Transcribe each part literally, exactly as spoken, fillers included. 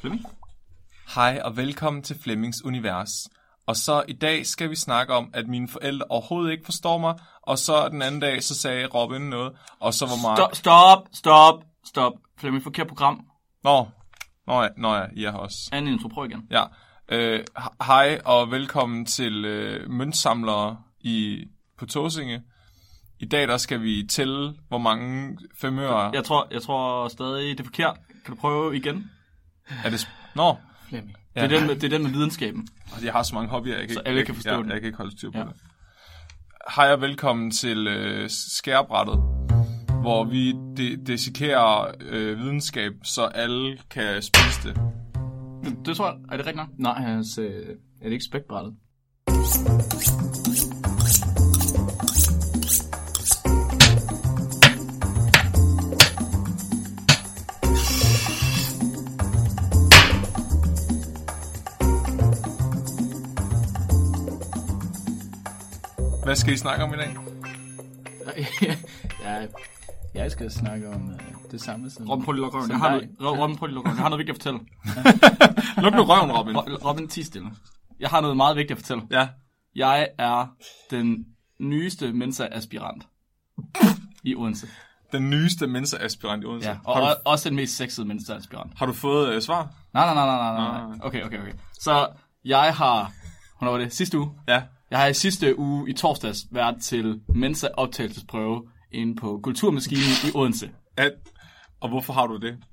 Flemming. Hej og velkommen til Flemmings Univers. Og så i dag skal vi snakke om, at mine forældre overhovedet ikke forstår mig. Og så den anden dag, så sagde Robin noget. Og så var Mark... Stop, stop, stop, stop. Flemming, forkert program. Nå, nå ja, nå ja, I er her også. Anden intro, prøv igen. Ja. Øh, hej og velkommen til øh, møntsamlere i, på Tåsinge. I dag der skal vi tælle, hvor mange femører... Jeg tror, jeg tror stadig, det er forkert. Kan du prøve igen? Er det... Sp- Nå. Flemming. Ja. Det, er den med, det er den med videnskaben. Jeg har så mange hobbyer, jeg kan, så ikke, alle jeg, kan forstå jeg, den. Jeg kan ikke holde styr på ja. det. Hej og velkommen til øh, skærebrættet, hvor vi de- desikerer øh, videnskab, så alle kan spise det. Det, det tror jeg. Er det rigtigt nok? Nej, altså, er det ikke spækbrættet? Hvad skal I snakke om i dag? ja, jeg skal snakke om uh, det samme som... Robin, prøv lige at lukke røven. Jeg har noget, Robin, prøv lige at lukke røven. Jeg har noget vigtigt at fortælle. Luk nu røven, Robin. Robin, ti stille. Jeg har noget meget vigtigt at fortælle. Ja. Jeg er den nyeste Mensa-aspirant i Odense. Den nyeste Mensa-aspirant i Odense. Ja, og du... også den mest sexede Mensa-aspirant. Har du fået øh, svar? Nej, nej, nej, nej, nej, nej. Okay, okay, okay. Så jeg har... Hvornår var det? Sidste uge? Ja. Jeg har i sidste uge i torsdags været til Mensa-optagelsesprøve inde på Kulturmaskinen i Odense. At... Og hvorfor har du det?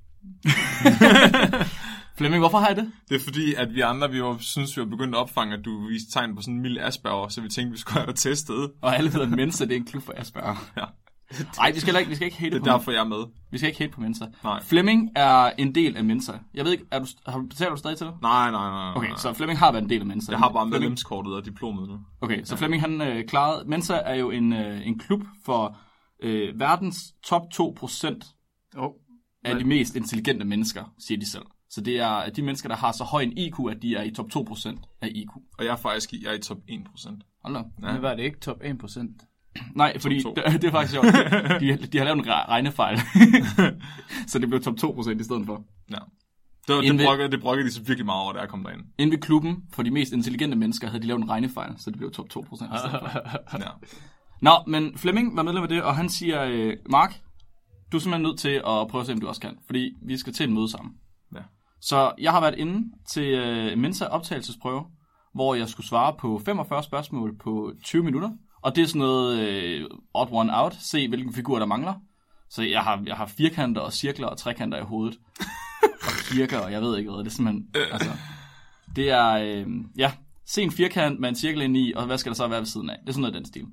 Flemming, hvorfor har jeg det? Det er fordi, at vi andre, vi var, synes, vi var begyndt at opfange, at du viste tegn på sådan en mild Asperger, så vi tænkte, vi skulle have dig testet. Og alle ved, at Mensa, det er en klub for Asperger. Ja. Nej, vi skal ikke, vi skal ikke hate på Det er derfor, jeg er med. Vi skal ikke hate på Mensa. Nej. Flemming er en del af Mensa. Jeg ved ikke, er du, har du betaler du stadig til det? Nej, nej, nej, nej. Okay, så Flemming har været en del af Mensa. Jeg har bare medlemskortet og diplomet nu. Okay, så Flemming han øh, klarede... Mensa er jo en, øh, en klub for øh, verdens top to procent oh. af de mest intelligente mennesker, siger de selv. Så det er de mennesker, der har så høj en I Q, at de er i top to procent af I Q. Og jeg er faktisk i, jeg er i top en procent. Hold da. Ja. Men var det ikke top en procent? Nej, fordi det, det er faktisk sjovt. De, de har lavet en regnefejl. Så det blev top to procent i stedet for. Ja. Det, det, brokkede, det brokkede de så virkelig meget over, da jeg kom derind. Inden ved klubben, for de mest intelligente mennesker, havde de lavet en regnefejl, så det blev top to procent i stedet for. Ja. Nå, men Flemming var medlem af det, og han siger, øh, Mark, du er simpelthen nødt til at prøve at se, om du også kan. Fordi vi skal til en møde sammen. Ja. Så jeg har været inde til øh, Mensa optagelsesprøve, hvor jeg skulle svare på femogfyrre spørgsmål på tyve minutter. Og det er sådan noget øh, odd one out. Se, hvilken figur der mangler. Så jeg har, jeg har firkanter og cirkler og trekanter i hovedet. Og kirker, og jeg ved ikke hvad. Det er simpelthen... Altså, det er... Øh, ja, se en firkant med en cirkel ind i, og hvad skal der så være ved siden af? Det er sådan noget af den stil.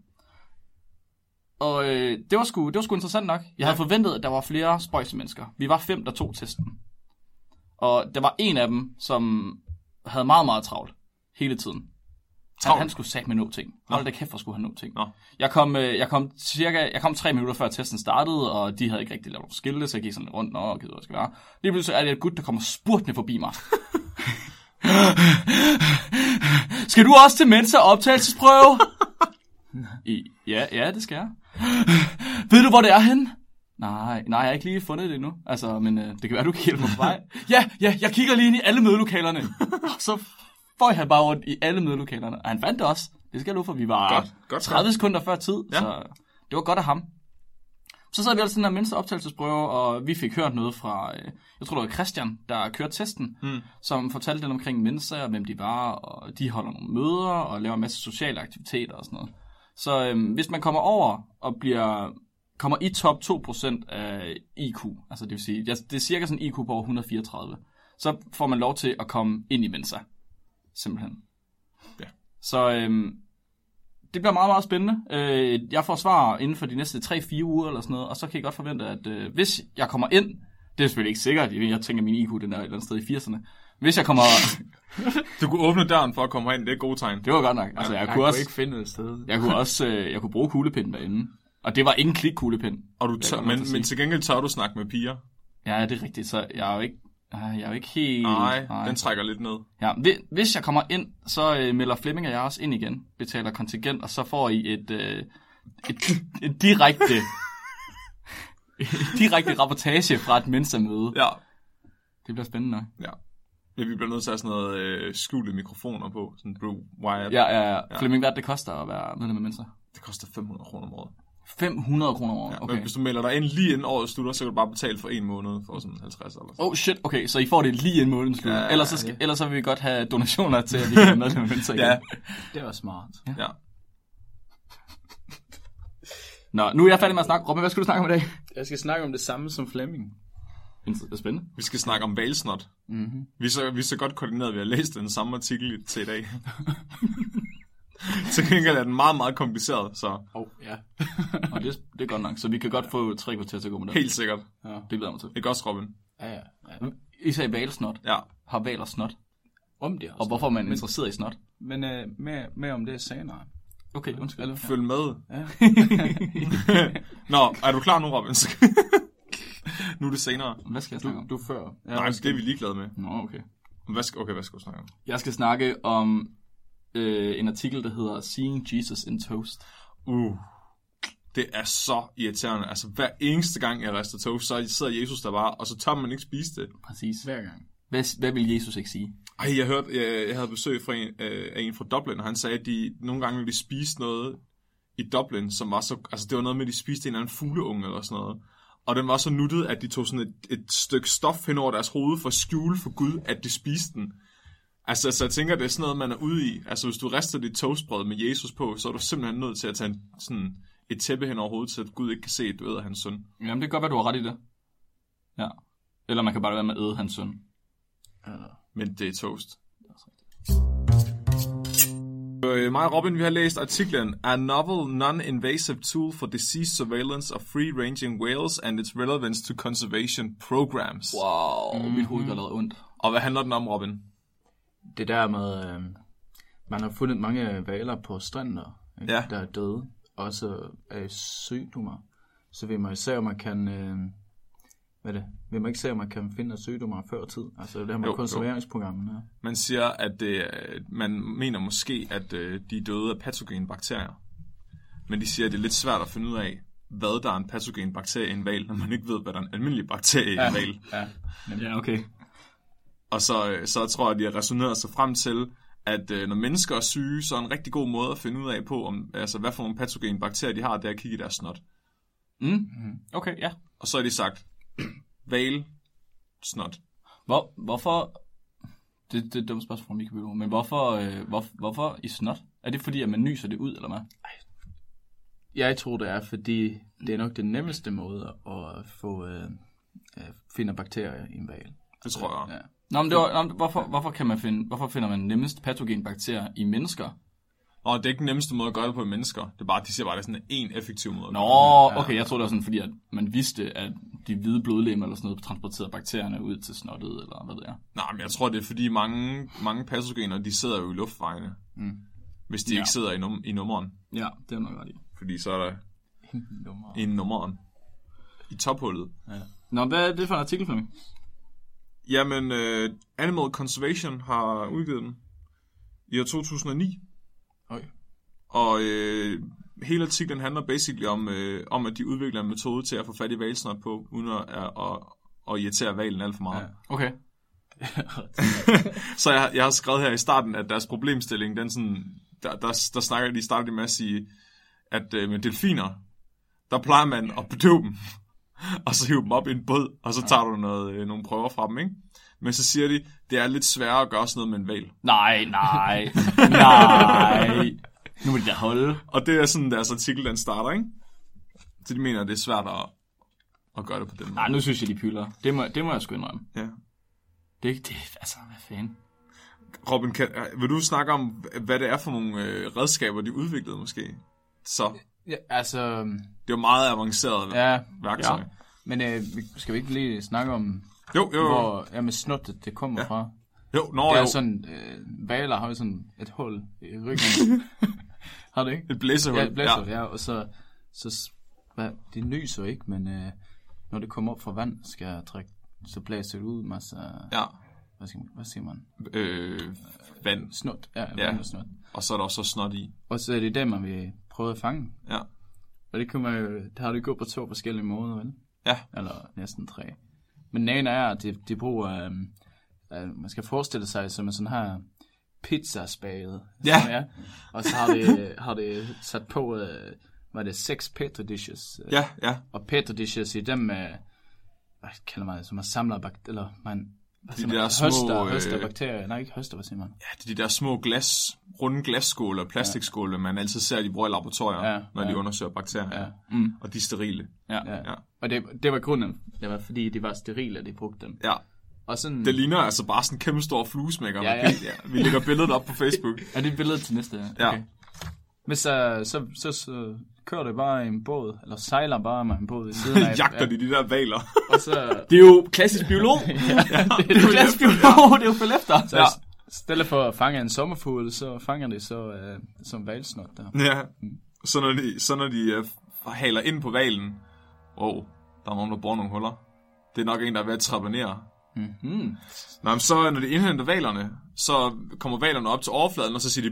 Og øh, det, var sgu, det var sgu interessant nok. Jeg havde forventet, at der var flere spøjse mennesker. Vi var fem, der tog testen. Og der var en af dem, som havde meget, meget travlt. Hele tiden. Han, han skulle sagt med nå ting. Hold da kæft, for skulle han nå ting. Nå. Jeg kom, jeg kom cirka, jeg kom tre minutter før testen startede, og de havde ikke rigtig lavet nogle skilte, så jeg gik sådan rundt, og givet, hvad skal være. Lige pludselig er det et gut, der kommer spurtende forbi mig. Skal du også til Mensa optagelsesprøve? I, ja, ja, det skal jeg. Ved du, hvor det er henne? Nej, nej, jeg har ikke lige fundet det endnu. Altså, men øh, det kan være, du kan hjælpe mig på vej. Ja, ja, jeg kigger lige ind i alle mødelokalerne. Så får jeg bare rundt i alle mødelokalerne. Og han fandt det også. Det skal jeg love for, vi var godt, godt, tredive sekunder før tid. Ja. Så det var godt af ham. Så sad vi altså den der mindste optagelsesprøve, og vi fik hørt noget fra, øh, jeg tror det var Christian, der kørte testen, hmm. som fortalte den omkring Mensa, og hvem de var, og de holder nogle møder, og laver en masse sociale aktiviteter og sådan noget. Så øh, hvis man kommer over og bliver... kommer i top to procent af I Q, altså det vil sige, det er cirka sådan en I Q på over et hundrede og fireogtredive, så får man lov til at komme ind i Mensa. Simpelthen. Ja. Så øhm, det bliver meget, meget spændende. Øh, jeg får svar inden for de næste tre fire uger eller sådan noget, og så kan jeg godt forvente, at øh, hvis jeg kommer ind, det er selvfølgelig ikke sikkert, jeg tænker, at min I Q den er et eller andet sted i firserne. Hvis jeg kommer... Du kunne åbne døren for at komme ind, det er et godt tegn. Det var godt nok. Altså, jeg, jeg kunne, kunne også ikke finde et sted. Jeg kunne også øh, jeg kunne bruge kuglepinden derinde. Og det var ingen klikkuglepind. Og du tør, men, men til gengæld tør du snakke med piger. Ja, det er rigtigt. Så jeg er jo ikke, jeg er jo ikke helt... Nej, nej, den trækker lidt ned. Ja, hvis jeg kommer ind, så øh, melder Flemming og jeg også ind igen. Betaler kontingent, og så får I et, øh, et, et direkte... et direkte rapportage fra et Mensa-møde. Ja. Det bliver spændende nok. Ja. Ja, vi bliver nødt til at have sådan noget øh, skjulte mikrofoner på. Sådan blue wire. Ja, ja, ja. Flemming, hvad det koster at være medlem af Mensa? Det koster fem hundrede kroner om året. fem hundrede kroner om året? Ja, Okay. men hvis du melder dig ind lige inden året slutter, så kan du bare betale for en måned for sådan halvtreds eller sådan. Oh shit, okay, så I får det lige inden måneden slutter. Ja, Ja, ellers, så skal, ja. ellers så vil vi godt have donationer til, at vi kan være medlem af Mensa igen. Ja, Det var smart. Ja. ja. Nå, nu er jeg færdig med at snakke. Robin, hvad skal du snakke om i dag? Jeg skal snakke om det samme som Flemming. Det er spændende. Vi skal snakke om valsnot. Mm-hmm. Vi er så, vi er så godt koordineret, vi har læst den samme artikel til i dag. Til gengæld er den meget, meget kompliceret, så Oh, ja. Og det, det er godt nok, så vi kan godt få tre kvarter til at gå med det. helt sikkert. ja. Det glæder jeg mig til. Ikke også, Robin? Ja, ja, ja. I sagde valsnot. Ja. Har valer snot? Om det også. Og hvorfor er man Men- interesseret i snot? Men øh, mere, mere om det senere. Okay, undskyld. Følg med. Ja. Nå, er du klar nu, Robin? Nu er det senere. Hvad skal jeg Du, snakke om? du før. Ja, Nej, det er vi ligeglade med. Nå, okay. Hvad skal, okay, hvad skal du snakke om? Jeg skal snakke om øh, en artikel, der hedder Seeing Jesus in Toast. Uh, det er så irriterende. Altså, hver eneste gang, jeg rester toast, så sidder Jesus der bare, og så tør man ikke spise det. Præcis. Hver gang. Hvad, hvad vil Jesus ikke sige? Ej, jeg hørte, jeg, jeg havde besøg fra en, øh, af en fra Dublin, og han sagde, at de nogle gange, når de spiste noget i Dublin, som var så, altså det var noget med, at de spiste en eller anden fugleunge eller sådan noget. Og den var så nuttet, at de tog sådan et, et stykke stof hen over deres hoved for at skjule for Gud, at de spiste den. Altså, så jeg tænker, det er sådan noget, man er ude i. Altså, hvis du rester dit toastbrød med Jesus på, så er du simpelthen nødt til at tage en, sådan et tæppe hen over hovedet, så at Gud ikke kan se, at du æder hans søn. Jamen, det kan godt være, du har ret i det. Ja. Eller man kan bare være med at æde hans søn. Eller... Men det er toast. Øh, mig og Robin, vi har læst artiklen A Novel Non-Invasive Tool for Disease Surveillance of Free-Ranging Whales and its Relevance to Conservation Programs. Wow, mm-hmm. Mit hoved gør lavet ondt. Og hvad handler den om, Robin? Det der med, øh, man har fundet mange valer på strænder, ikke? Ja. Der er døde, også af sygdommer. Så vil man se, om man kan, øh, hvad er det? Vil man ikke se, om man kan finde sygdommer før tid? Altså det her med Jo, jo. konserveringsprogrammet her. Man siger, at det, man mener måske, at øh, de er døde af patogene bakterier. Men de siger, at det er lidt svært at finde ud af, hvad der er en patogen bakterie i en hval, når man ikke ved, hvad der er en almindelig bakterie i en hval. Ja, Ja, okay. Og så, øh, så tror jeg, at de har resoneret sig frem til, at øh, når mennesker er syge, så er en rigtig god måde at finde ud af på, om, altså, hvad for nogle patogene bakterier de har, det er at kigge i deres snot. Mm. Okay, ja. Og så har de sagt, hval, snot. Hvor, hvorfor... Det, det er et dumt spørgsmål fra mikrobiolog, men hvorfor, øh, hvor, hvorfor i snot? Er det fordi, at man nyser det ud, eller hvad? Jeg tror, det er, fordi det er nok den nemmeste måde at få øh, øh, finde bakterier i en hval. Det tror jeg. Ja. Nå, men det var, nå, men hvorfor, hvorfor, kan man finde, hvorfor finder man nemmest patogenbakterier i mennesker? Og det er ikke den nemmeste måde at gøre det på i mennesker. Det er bare, de siger bare, at det er sådan en effektiv måde. at Nå, gøre det. okay, jeg tror det var sådan, fordi at man vidste, at de hvide blodlegemer eller sådan noget transporterede bakterierne ud til snottet, eller hvad ved jeg. Nej, men jeg tror, det er fordi mange, mange patogener, de sidder jo i luftvejene. Mm. Hvis de Ja. ikke sidder i, num- i nummeren. Ja, det er nok ret i. Fordi så er der Nummer. i nummeren. I tophullet. Nå, hvad er det for en artikel, Flemming? Jamen, uh, Animal Conservation har udgivet den i år to tusind og ni. Okay. Og øh, hele artiklen handler basically om, øh, om, at de udvikler en metode til at få fat i hvalsnot på, uden at, at, at, at irritere hvalen alt for meget. Ja. Okay. Så jeg, jeg har skrevet her i starten, at deres problemstilling, den sådan, der, der, der snakker de, starter de med at sige, at øh, med delfiner, der plejer man at bedøve dem, og så hive dem op i en båd, og så tager du noget, øh, nogle prøver fra dem, ikke? Men så siger de, det er lidt sværere at gøre sådan noget med en hval. Nej, nej, nej. Nu må de da holde. Og det er sådan, deres artikel, den starter, ikke? Så de mener, at det er svært at, at gøre det på den måde. Nej, nu synes jeg, de pylder. Det må, det må jeg sgu indrømme. Ja. Det, det, altså, hvad fanden? Robin, kan, vil du snakke om, hvad det er for nogle øh, redskaber, de udviklede måske? Så, Ja, altså, det er jo meget avanceret ja, værktøj. ja. Men øh, vi- skal vi ikke lige snakke om, Jo, jo, jo. hvor ja, med snottet det kommer Ja. ja. fra? Jo, nå, Det er jo. sådan, øh, valer har jo sådan et hul i ryggen. Har det ikke? Et blæsehul. Ja, et blæser, ja. ja. Og så, så s- hvad, det nyser ikke, men øh, når det kommer op fra vand, skal jeg trække, så blæser det ud masse, Ja. hvad, siger man, hvad siger man? Øh, vand. Snot, ja, Ja. vand og snot. Og så er der også snot i. Og så er det det, man vil prøve at fange. Ja. Og det kan man jo, det har det gået på to forskellige måder, vel? Ja. Eller næsten tre. Men den ene er, at de, de bruger, øh, uh, man skal forestille sig som en sådan her pizzaspade. Ja. Så, ja. Og så har det, har det sat på, uh, hvad er det, seks petri dishes. Uh, Ja, ja. Og petri dishes i dem, uh, hvad kalder man det, som man samler bak- eller man De man, der små, høster, øh, høster bakterier. Nej, ikke høster, hvad siger man? Ja, det er de der små glas, runde glasskåle og plastikskåle, man altid ser, de bruger i laboratorier, Ja, når ja. de undersøger bakterier. Ja. Mm. Og de er sterile. Ja. Ja. Ja. Og det, det var grunden. Det var fordi, de var sterile, at de brugte dem. Ja. Og sådan... Det ligner altså bare sådan en kæmpe stor fluesmækker. Ja, Ja, ja. ja. Vi lægger billedet op på Facebook. Er det et billede til næste? Ja. Okay. Men så, så, så, så kører det bare i en båd, eller sejler bare med en båd ved siden af. Jagter de de der valer. Og så... Det er jo klassisk biolog. ja, Det er jo klassisk biolog, det er jo følge efter. Så Ja. i stedet for at fange en sommerfugl, så fanger de så uh, som hvalsnot der. Ja. Så når de, så når de uh, haler ind på valen, wow, der er nogen, der borer nogle huller. Det er nok en, der er ved at trapanere. Mm. Nå, men så når de indhenter valerne, så kommer valerne op til overfladen, og så siger de...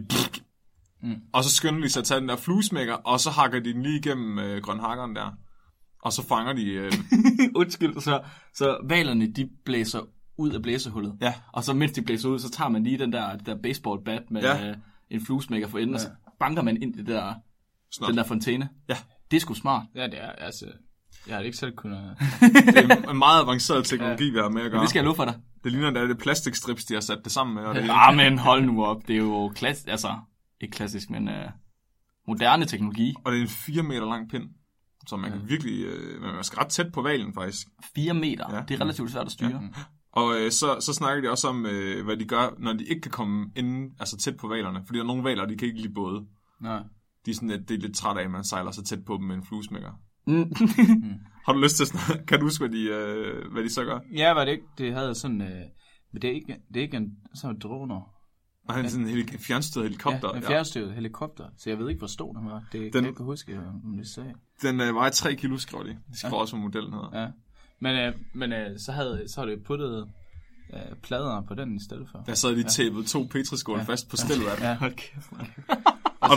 Mm. Og så skynder de sig at tage den der fluesmækker, og så hakker de den lige igennem øh, grønhakkeren der. Og så fanger de... Øh, Undskyld, så, så valerne, de blæser ud af blæsehullet. Ja. Og så mens de blæser ud, så tager man lige den der, det der baseball bat med Ja. øh, en fluesmækker for enden, ja. Og så banker man ind i det der, snart. den der fontæne. Ja. Det er sgu smart. Ja, det er altså... Jeg har ikke selv kunnet... Det er en meget avanceret teknologi, ja. Vi har med at gøre. Men det skal jeg love for dig. Det ligner, at det er det plastikstrips, de har sat det sammen med. Og det, Ah, men hold nu op. Det er jo klass, altså, ikke klassisk, men øh, moderne teknologi. og det er en fire meter lang pind, så man kan virkelig... Øh, man skal ret tæt på valen, faktisk. Fire meter. Ja. Det er relativt svært at styre. Ja. Og øh, så, så snakker de også om, øh, hvad de gør, når de ikke kan komme ind, altså tæt på valerne. Fordi der er nogle valer, de kan ikke lide både. Nej. De er sådan lidt, det er lidt træt af, at man sejler så tæt på dem med en fluesmækker. Mm. Har du lyst til at snakke? Kan du huske, hvad de, øh, hvad de så gør? Ja, var det ikke... Det havde sådan... Øh, men det er ikke, det er ikke en sådan en droner. Og han er sådan en heli- fjernstyret helikopter. Ja, en fjernstyret helikopter. Så jeg ved ikke, hvor stor den var. Det kan Den- jeg ikke huske, om det sagde. Den øh, vejer tre kilo, skrev de. De skal ja. også, hvad modellen hedder. Ja. Men, øh, men øh, så havde så havde det puttet øh, plader på den i stedet for. Der sad de tæppet to petriskåle ja. fast på stillet af den. Ja. Hold kæft, man. Og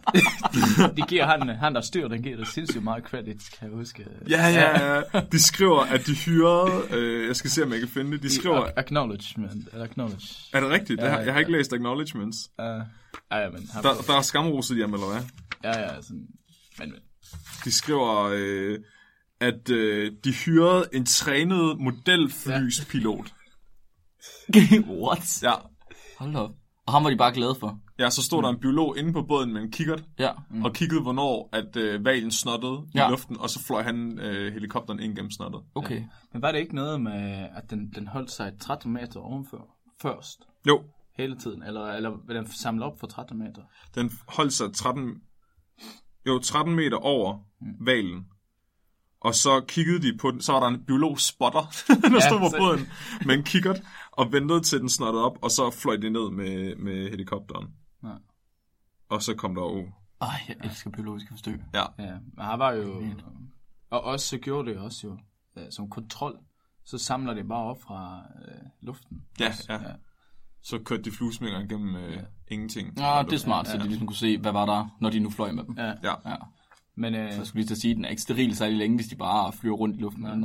der, De giver han, han der styr, den giver det sindssygt meget credit, kan jeg huske. ja, ja, ja. De skriver, at de hyrede... Øh, jeg skal se, om jeg kan finde det. De skriver... Acknowledgement, eller acknowledge. Er det rigtigt? Ja, Ja, ja, jeg har ikke læst acknowledgements. Uh, ja, ja, men... Der, der er skamroset hjem, eller hvad? Ja, ja, sådan... Men, men. De skriver, øh, at øh, de hyrede en trænet modelflyspilot. What? Ja. Hold da op. Og ham var de bare glade for. Ja, så stod der en biolog inde på båden med en kikkert, Ja. mm. og kiggede, hvornår at øh, valen snottede Ja. i luften, og så fløj han øh, helikopteren ind gennem snottet. Okay. Ja. Men var det ikke noget med, at den, den holdt sig tretten meter ovenfor først? Jo, Hele tiden? Eller, eller vil den samle op for tretten meter? den holdt sig tretten, jo, tretten meter over mm. valen. Og så kiggede de på den, så var der en biolog-spotter, der Ja, stod på så- båden med en kikkert, og ventede til den snottede op, og så fløj de ned med, med helikopteren. Ja. Og så kom der jo... Ej, jeg elsker biologiske forsøg. Ja, Ja, men han var jo... Og også så gjorde det også jo øh, som kontrol. Så samler det bare op fra øh, luften. ja, Også, ja. Så kørte de fluesmængere gennem øh, ingenting. Ja, det er smart, så de ligesom kunne se, hvad var der, når de nu fløj med dem. Ja. Ja. Ja. Men øh, Så jeg skulle lige til at sige, at den er ikke steril særlig længe, hvis de bare flyver rundt i luften. Ja.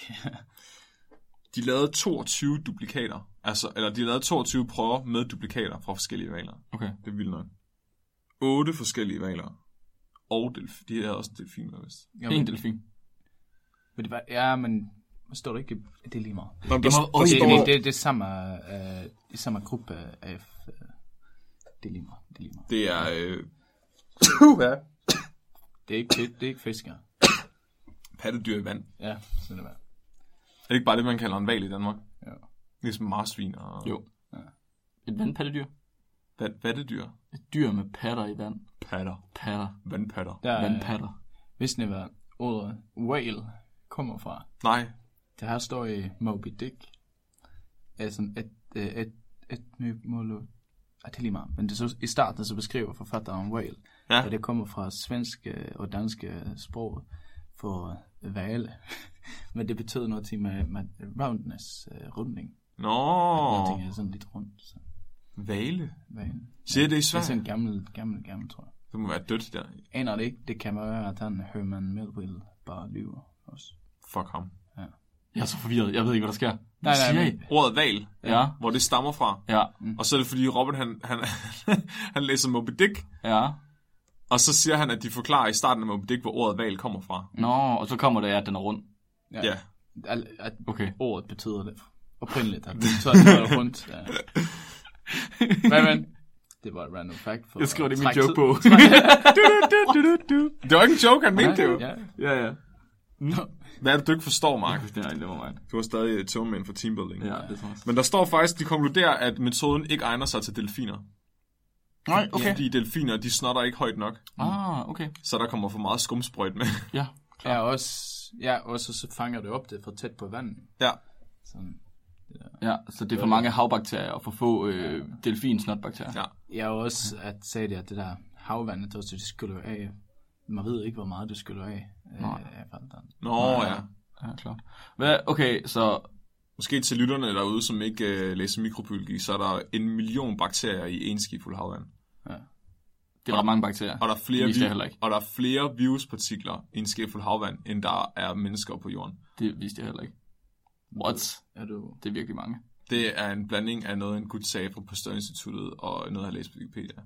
De lavede toogtyve duplikater. Altså, eller de lavede toogtyve prøver med duplikater fra forskellige valer. Okay. Det er vildt nok. otte forskellige valer. Og delf- de havde også en delfin med, vist. jo, En men, delfin. men det var, ja, men hvad står der ikke? Det er lige meget. Nå, der, Det må- der Det, står, det, det, det er samme, øh, det er samme gruppe af... Øh, det er lige meget. Det er lige meget. det er... Øh, Det er ikke, det, det er ikke fiskere. pattedyr i vand. Ja, sådan det var. Er det ikke bare det, man kalder en val i Danmark? Ja. Ligesom marsvin og... Jo. Et vandpattedyr. Vat- vattedyr. Et dyr med patter i vand. Patter. Patter. Vandpatter. Der er, Vandpatter. vidste ni hvad ordet whale kommer fra? Nej. Det her står i Moby Dick. Altså et, et, et, et molo... Ah, det er lige meget. Men det så, i starten så beskriver forfatteren whale. Ja. Og det kommer fra svenske og danske sprog for vale. Men det betyder noget til med, med roundness, uh, runding. Nå. Noget ting er sådan lidt rundt. Så. Vale. Vale. Siger det i Det er Sverige? sådan en gammel, gammel, gammel, tror jeg. Det må være dødt der. Aner det ikke. Det kan være, at han Herman Melville bare lyver også. Fuck ham. Jeg er så forvirret. Jeg ved ikke, hvad der sker. Nej, nej, nej, men- Ordet val, Ja, hvor det stammer fra. ja, Og så er det fordi Robert, han, han, han læser Moby Dick, ja. og så siger han, at de forklarer i starten af Moby Dick, hvor ordet val kommer fra. Nå, og så kommer det af, at den er rund. Ja. Ja. At, at Okay. ordet betyder det. Oprindeligt, at det betyder rundt. Ja. Men, men, det var et random fact. For Jeg skriver det i min trække joke tid- på. Det var ikke en joke, han mente det jo. Ja, Ja, ja. Hvad er det, du ikke forstår, Mark? Nej, det var mig. Du er stadig tømmermænd for teambuilding. Ja, det tror jeg. Men der står faktisk, de konkluderer, at metoden ikke egner sig til delfiner. Nej, okay. Fordi delfiner, de snotter ikke højt nok. Ah, okay. Så der kommer for meget skumsprøjt med. Ja. ja, også, ja, også så fanger det op, det er for tæt på vandet. Ja. Sådan. Ja, så det er for mange havbakterier og for få øh, delfinsnotbakterier. Ja. Jeg har også at sagde det, at det der havvandet, også, det skyller af. Man ved ikke, hvor meget det skyller af. Nej. Øh, Nå, ja. Ja, klart. Hvad, okay, så... Måske til lytterne derude, som ikke øh, læser mikrobiologi, så er der en million bakterier i en skibfuld havvand. Det er ret mange bakterier. Og der er flere, Det vidste jeg vi- heller ikke. og der er flere viruspartikler i en skibfuld havvand, end der er mennesker på jorden. Det vidste jeg heller ikke. What? Er du... Det er virkelig mange. Det er en blanding af noget, en gut sagde fra Pasteur-instituttet, og noget, jeg har læst på Wikipedia.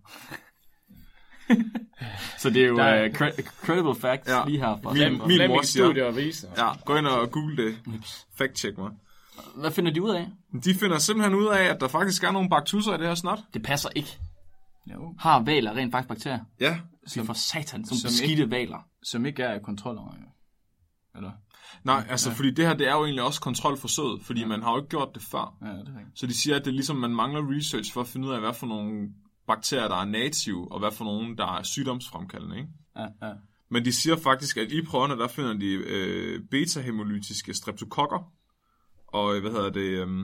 Så det er jo Der- uh, cre- credible facts Ja. lige her. For Min- min mor siger- og viser. Ja, gå ind og google det. Fact-check mig. Hvad finder de ud af? De finder simpelthen ud af, at der faktisk er nogle baktusser i det her snot. Det passer ikke. Jo. Har valer rent faktisk bakterier? Ja. Som for satan, som, som beskidte valer. Som ikke er i kontrol over, jo. Eller? Nej, altså, fordi det her, det er jo egentlig også kontrolforsøget, fordi man har jo ikke gjort det før. Ja, det er rigtigt. Så de siger, at det er ligesom, man mangler research for at finde ud af, hvad for nogle bakterier, der er native, og hvad for nogle, der er sygdomsfremkaldende, ikke? Ja, ja. Men de siger faktisk, at i prøverne, der finder de øh, beta-hemolytiske streptokokker, og øh, hvad hedder det, øh,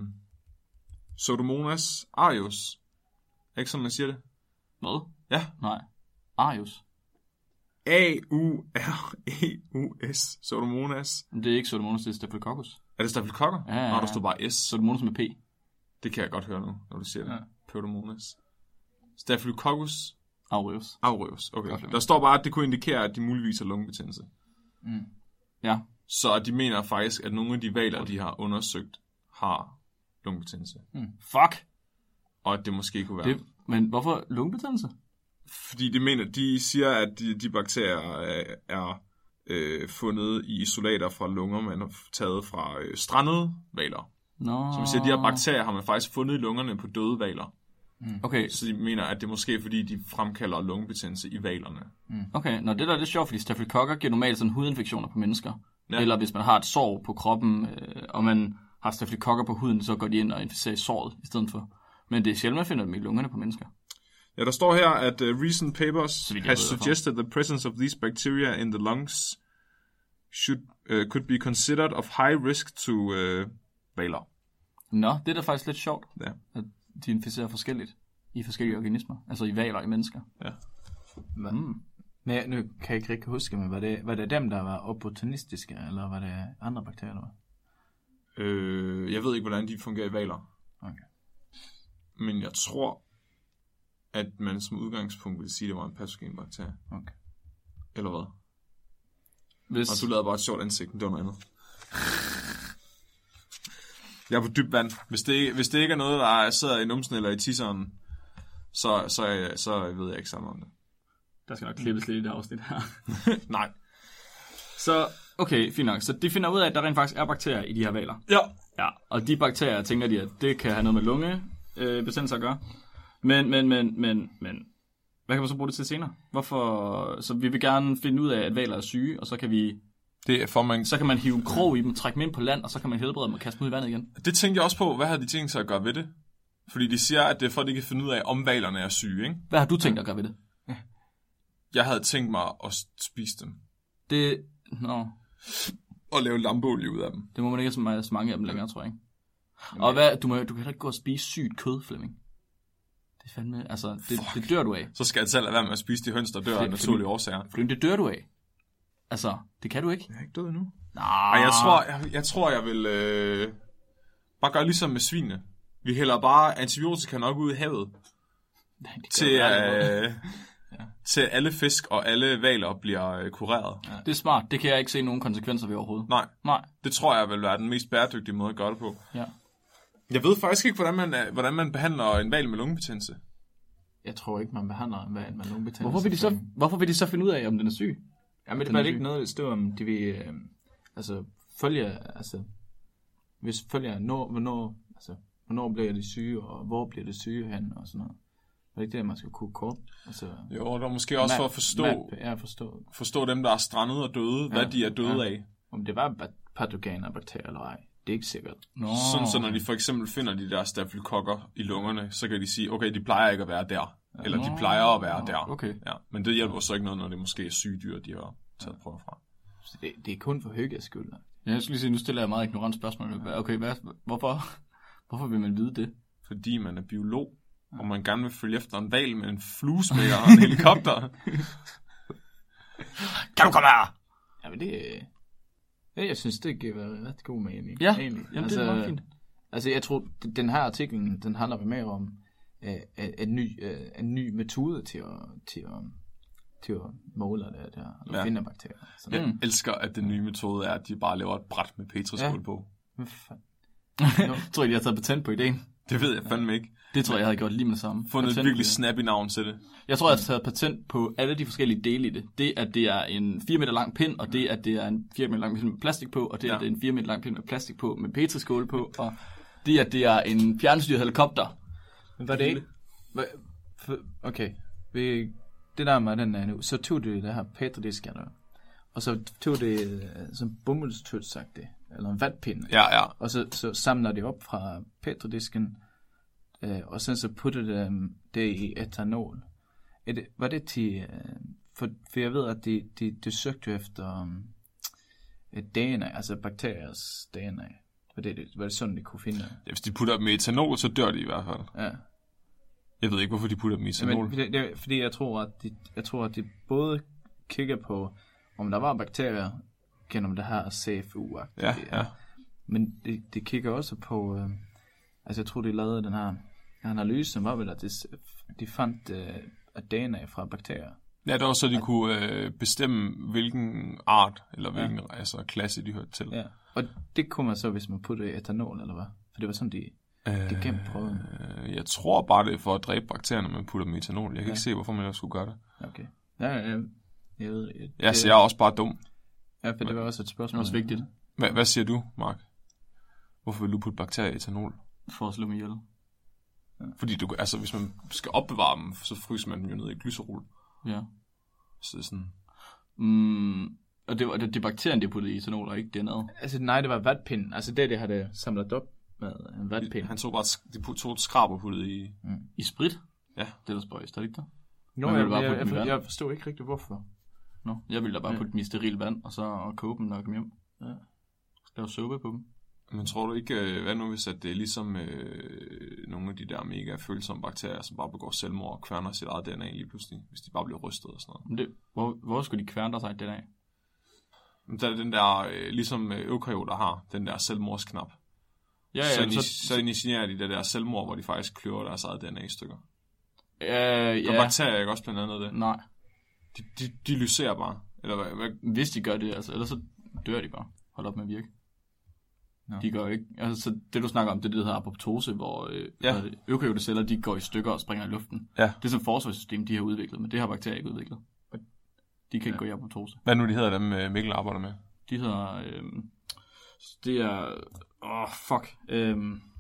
Pseudomonas aureus. Ikke som man siger det? Hvad? Ja. Nej. Arius. A U R E U S. Pseudomonas. Men det er ikke Pseudomonas, det er Staphylococcus. Er det staphylokokker? Ja, ja, ja. Nå, der står bare S. Pseudomonas med P. Det kan jeg godt høre nu, når du siger det. Ja. Pseudomonas. Staphylococcus Aureus. aureus. Okay. Godt, Der står bare, at det kunne indikere, at de muligvis har lungebetændelse. Ja. Så de mener faktisk, at nogle af de valer, de har undersøgt, har lungebetændelse. Fuck. Og at det måske kunne være. Det, men hvorfor lungebetændelse? Fordi de mener, de siger, at de, de bakterier er, er øh, fundet i isolater fra lunger, man har taget fra øh, strandede valer. Nå. Som siger, de her bakterier har man faktisk fundet i lungerne på døde valer. Okay, Så de mener, at det måske er fordi, de fremkalder lungebetændelse i valerne. okay. Nå, det der er lidt sjovt, fordi stafylokokker giver normalt sådan hudinfektioner på mennesker. Ja. Ja. Eller hvis man har et sår på kroppen, øh, og man har stafylokokker på huden, så går de ind og inficerer såret i stedet for. Men det er sjældent, man finder dem i lungerne på mennesker. Ja, der står her, at uh, recent papers vidt jeg has ved, derfor. suggested the presence of these bacteria in the lungs should uh, could be considered of high risk to uh, valer. Nå, det er da faktisk lidt sjovt, Ja. at de inficerer forskelligt i forskellige organismer. Altså i valer og i mennesker. Ja. Mm. Men nu kan jeg ikke rigtig huske, men var det, var det dem, der var opportunistiske, eller var det andre bakterier, der var? Øh, jeg ved ikke, hvordan de fungerer i valer. Okay. Men jeg tror, at man som udgangspunkt vil sige, at det var en patogen bakterie. Okay. Eller hvad? Hvis... Og du lavede bare et sjovt ansigt, det var noget andet. Jeg er på dybt vand. Hvis det, ikke, hvis det ikke er noget, der sidder i numsen eller i tisseren, så, så, så ved jeg ikke sammen om det. Der skal nok klippes lidt i det afsnit her. Nej. Så, okay, fint nok. Så de finder ud af, at der rent faktisk er bakterier i de her valer. Ja. Ja, og de bakterier, tænker de, at det kan have noget med lunge øh, betændelse at gøre. Men, men, men, men, men, hvad kan man så bruge det til senere? Hvorfor? Så vi vil gerne finde ud af, at valer er syge, og så kan vi, Det er for man... så kan man hive en krog i dem, trække dem ind på land, og så kan man helbrede dem og kaste dem ud i vandet igen. Det tænkte jeg også på. Hvad har de tænkt sig at gøre ved det? Fordi de siger, at det er for, at de kan finde ud af, om valerne er syge, ikke? Hvad har du tænkt at gøre ved det? Jeg havde tænkt mig at spise dem. Det, nå, Og lave lampeolie ud af dem. det må man ikke have så mange af dem længere, tror jeg. Ikke? Og hvad, du, må, du kan heller ikke gå og spise sygt kød, Flemming. Det er fandme, altså, det, det dør du af. Så skal jeg selv lade være med at spise de høns, der dør af Fordi- naturlige årsager. Flemming, det dør du af. Altså, det kan du ikke. Jeg er ikke død endnu. Nej, Ej, jeg tror, jeg, jeg, tror, jeg vil øh, bare gøre ligesom med svinene. Vi hælder bare antibiotika nok ud i havet til, øh, til alle fisk og alle hvaler bliver øh, kureret. Ja. Det er smart. Det kan jeg ikke se nogen konsekvenser ved overhovedet. Nej. Nej. Det tror jeg vil være den mest bæredygtige måde at gøre det på. Ja. Jeg ved faktisk ikke, hvordan man, hvordan man behandler en hval med lungebetændelse. Jeg tror ikke, man behandler en hval med lungebetændelse. Hvorfor vil de så, hvorfor vil de så finde ud af, om den er syg? Ja, men det var ikke noget, det stod om, de vil, øh, altså, følger, altså, hvis følger, når, hvornår, altså, hvornår bliver de syge, og hvor bliver de syge hen, og sådan noget. Det er ikke det, man skal kunne kort. Altså, jo, der er måske også map, for at forstå, map, ja, forstå. forstå dem, der er strandet og døde, ja, hvad de er døde ja. af. Om det var patogener bakterier eller ej, det er ikke sikkert. Nå. Sådan så, når de for eksempel finder de der stafylokokker i lungerne, så kan de sige, okay, de plejer ikke at være der. Eller de plejer at være der. Okay. Ja, men det hjælper så ikke noget, når det måske er syge dyr, de har taget prøver fra. Så det, det er kun for hyggens skyld. Ja, jeg skulle lige sige, nu stiller jeg meget ignorant spørgsmål. Okay, hvad, hvorfor, hvorfor vil man vide det? Fordi man er biolog, og man gerne vil følge efter en hval med en fluesmækker og en helikopter. Kan du komme her? Ja, men det... Ja, jeg synes, det giver ret god mening. Ja, egentlig. Jamen, altså, det er meget fint. Altså, jeg tror, den her artikel, den handler mere om uh, en, ny, uh, en ny metode til at, til at, til at måle det der, eller ja. finde bakterier. Så, jeg mm. elsker, at den nye metode er, at de bare laver et bræt med petriskål ja. på. Hvad fanden? Jeg tror, de har taget patent på ideen. Det ved jeg fandme ikke. Det tror jeg, jeg havde gjort lige med det samme. Fundet et virkelig snappy navn til det. Jeg tror, jeg har taget patent på alle de forskellige dele i det. Det, at det er en fire meter lang pind, og det, at det er en fire meter lang pind med plastik på, og det, ja. at det er en fire meter lang pind med plastik på, med petriskål på, og det, at det er en fjernstyret helikopter. Men var det ikke? Okay. Vi, det der med den nu, så tog det det her petridisk, og så tog det som bomuldstødt, sagt det, eller en vatpind. Ja, ja. Og så, så samler det op fra petridisken, øh, og så, så putter det, det i etanol. Er det, var det til, øh, for, for jeg ved, at de, de, de søgte efter um, D N A, altså bakteriers D N A. Var det, var det sådan, de kunne finde? Ja, hvis de putter dem i etanol, så dør de i hvert fald. Ja. Jeg ved ikke, hvorfor de putter dem i etanol. Ja, men, det, det, fordi jeg tror, at de, jeg tror, at de både kigger på, om der var bakterier gennem det her C F U. Ja, ja. Men de, de kigger også på, øh, altså jeg tror, de lavede den her analyse, var vel, at de, de fandt øh, D N A fra bakterier. Ja, det var så, de at, kunne øh, bestemme, hvilken art, eller hvilken ja. altså, klasse, de hørte til. Ja, og det kunne man så, hvis man puttede i etanol, eller hvad? For det var sådan, de, de gennemprøvede. Øh, jeg tror bare, det er for at dræbe bakterierne, når man putter dem i etanol. Jeg kan ja. ikke se, hvorfor man ellers skulle gøre det. Okay. Ja, ja, jeg ved det. Ja, så jeg er også bare dum. Ja, for det var også et spørgsmål. Det var også vigtigt. Hva, hvad siger du, Mark? Hvorfor vil du putte bakterier i etanol? For at slå dem ihjel. Ja. Fordi du, altså, hvis man skal opbevare dem, så fryser man dem jo ned i glycerol. Ja. Så sådan... Mm, og det var det, det bakterien, de puttede i etanol, og ikke det andet? Altså nej, det var vatpinden. Altså det, de havde samlet op med en vatpind. Han tog bare de tog et skrab og puttede i... Mm. I sprit? Ja. Det er der spøjst, er det ikke der? Nå, jeg, jeg, jeg, jeg, jeg forstod ikke rigtig, hvorfor. Nå, jeg ville da bare ja. putte dem i steril vand, og så og koge dem, når jeg kom hjem. Ja. Lave suppe på dem. Men tror du ikke, hvad nu hvis at det er ligesom øh, nogle af de der mega følsomme bakterier, som bare begår selvmord og kværner sit eget D N A lige pludselig, hvis de bare bliver rystet og sådan noget? Men det, hvor, hvor skulle de kværne sig D N A? Der er den der, øh, ligesom eukaryoter har, den der selvmordsknap. Ja, ja, så, så, så initierer de det der selvmord, hvor de faktisk kløver deres eget D N A i stykker. Øh, ja. Og bakterier er ikke også blandt andet det? Nej. De, de, de lyserer bare. Eller hvad, hvad? Hvis de gør det, altså, ellers så dør de bare. Hold op med at virke. No. De gør ikke. Altså, så det du snakker om, det er det, der hedder apoptose, hvor øh, ja. eukaryote-celler, de går i stykker og springer i luften. Ja. Det er sådan et forsvarssystem, de har udviklet, men det har bakterier ikke udviklet. De kan ikke ja. gå i apoptose. Hvad nu de hedder dem, Mikkel arbejder med? De hedder... Øh, det er... Åh, oh, fuck. Øh,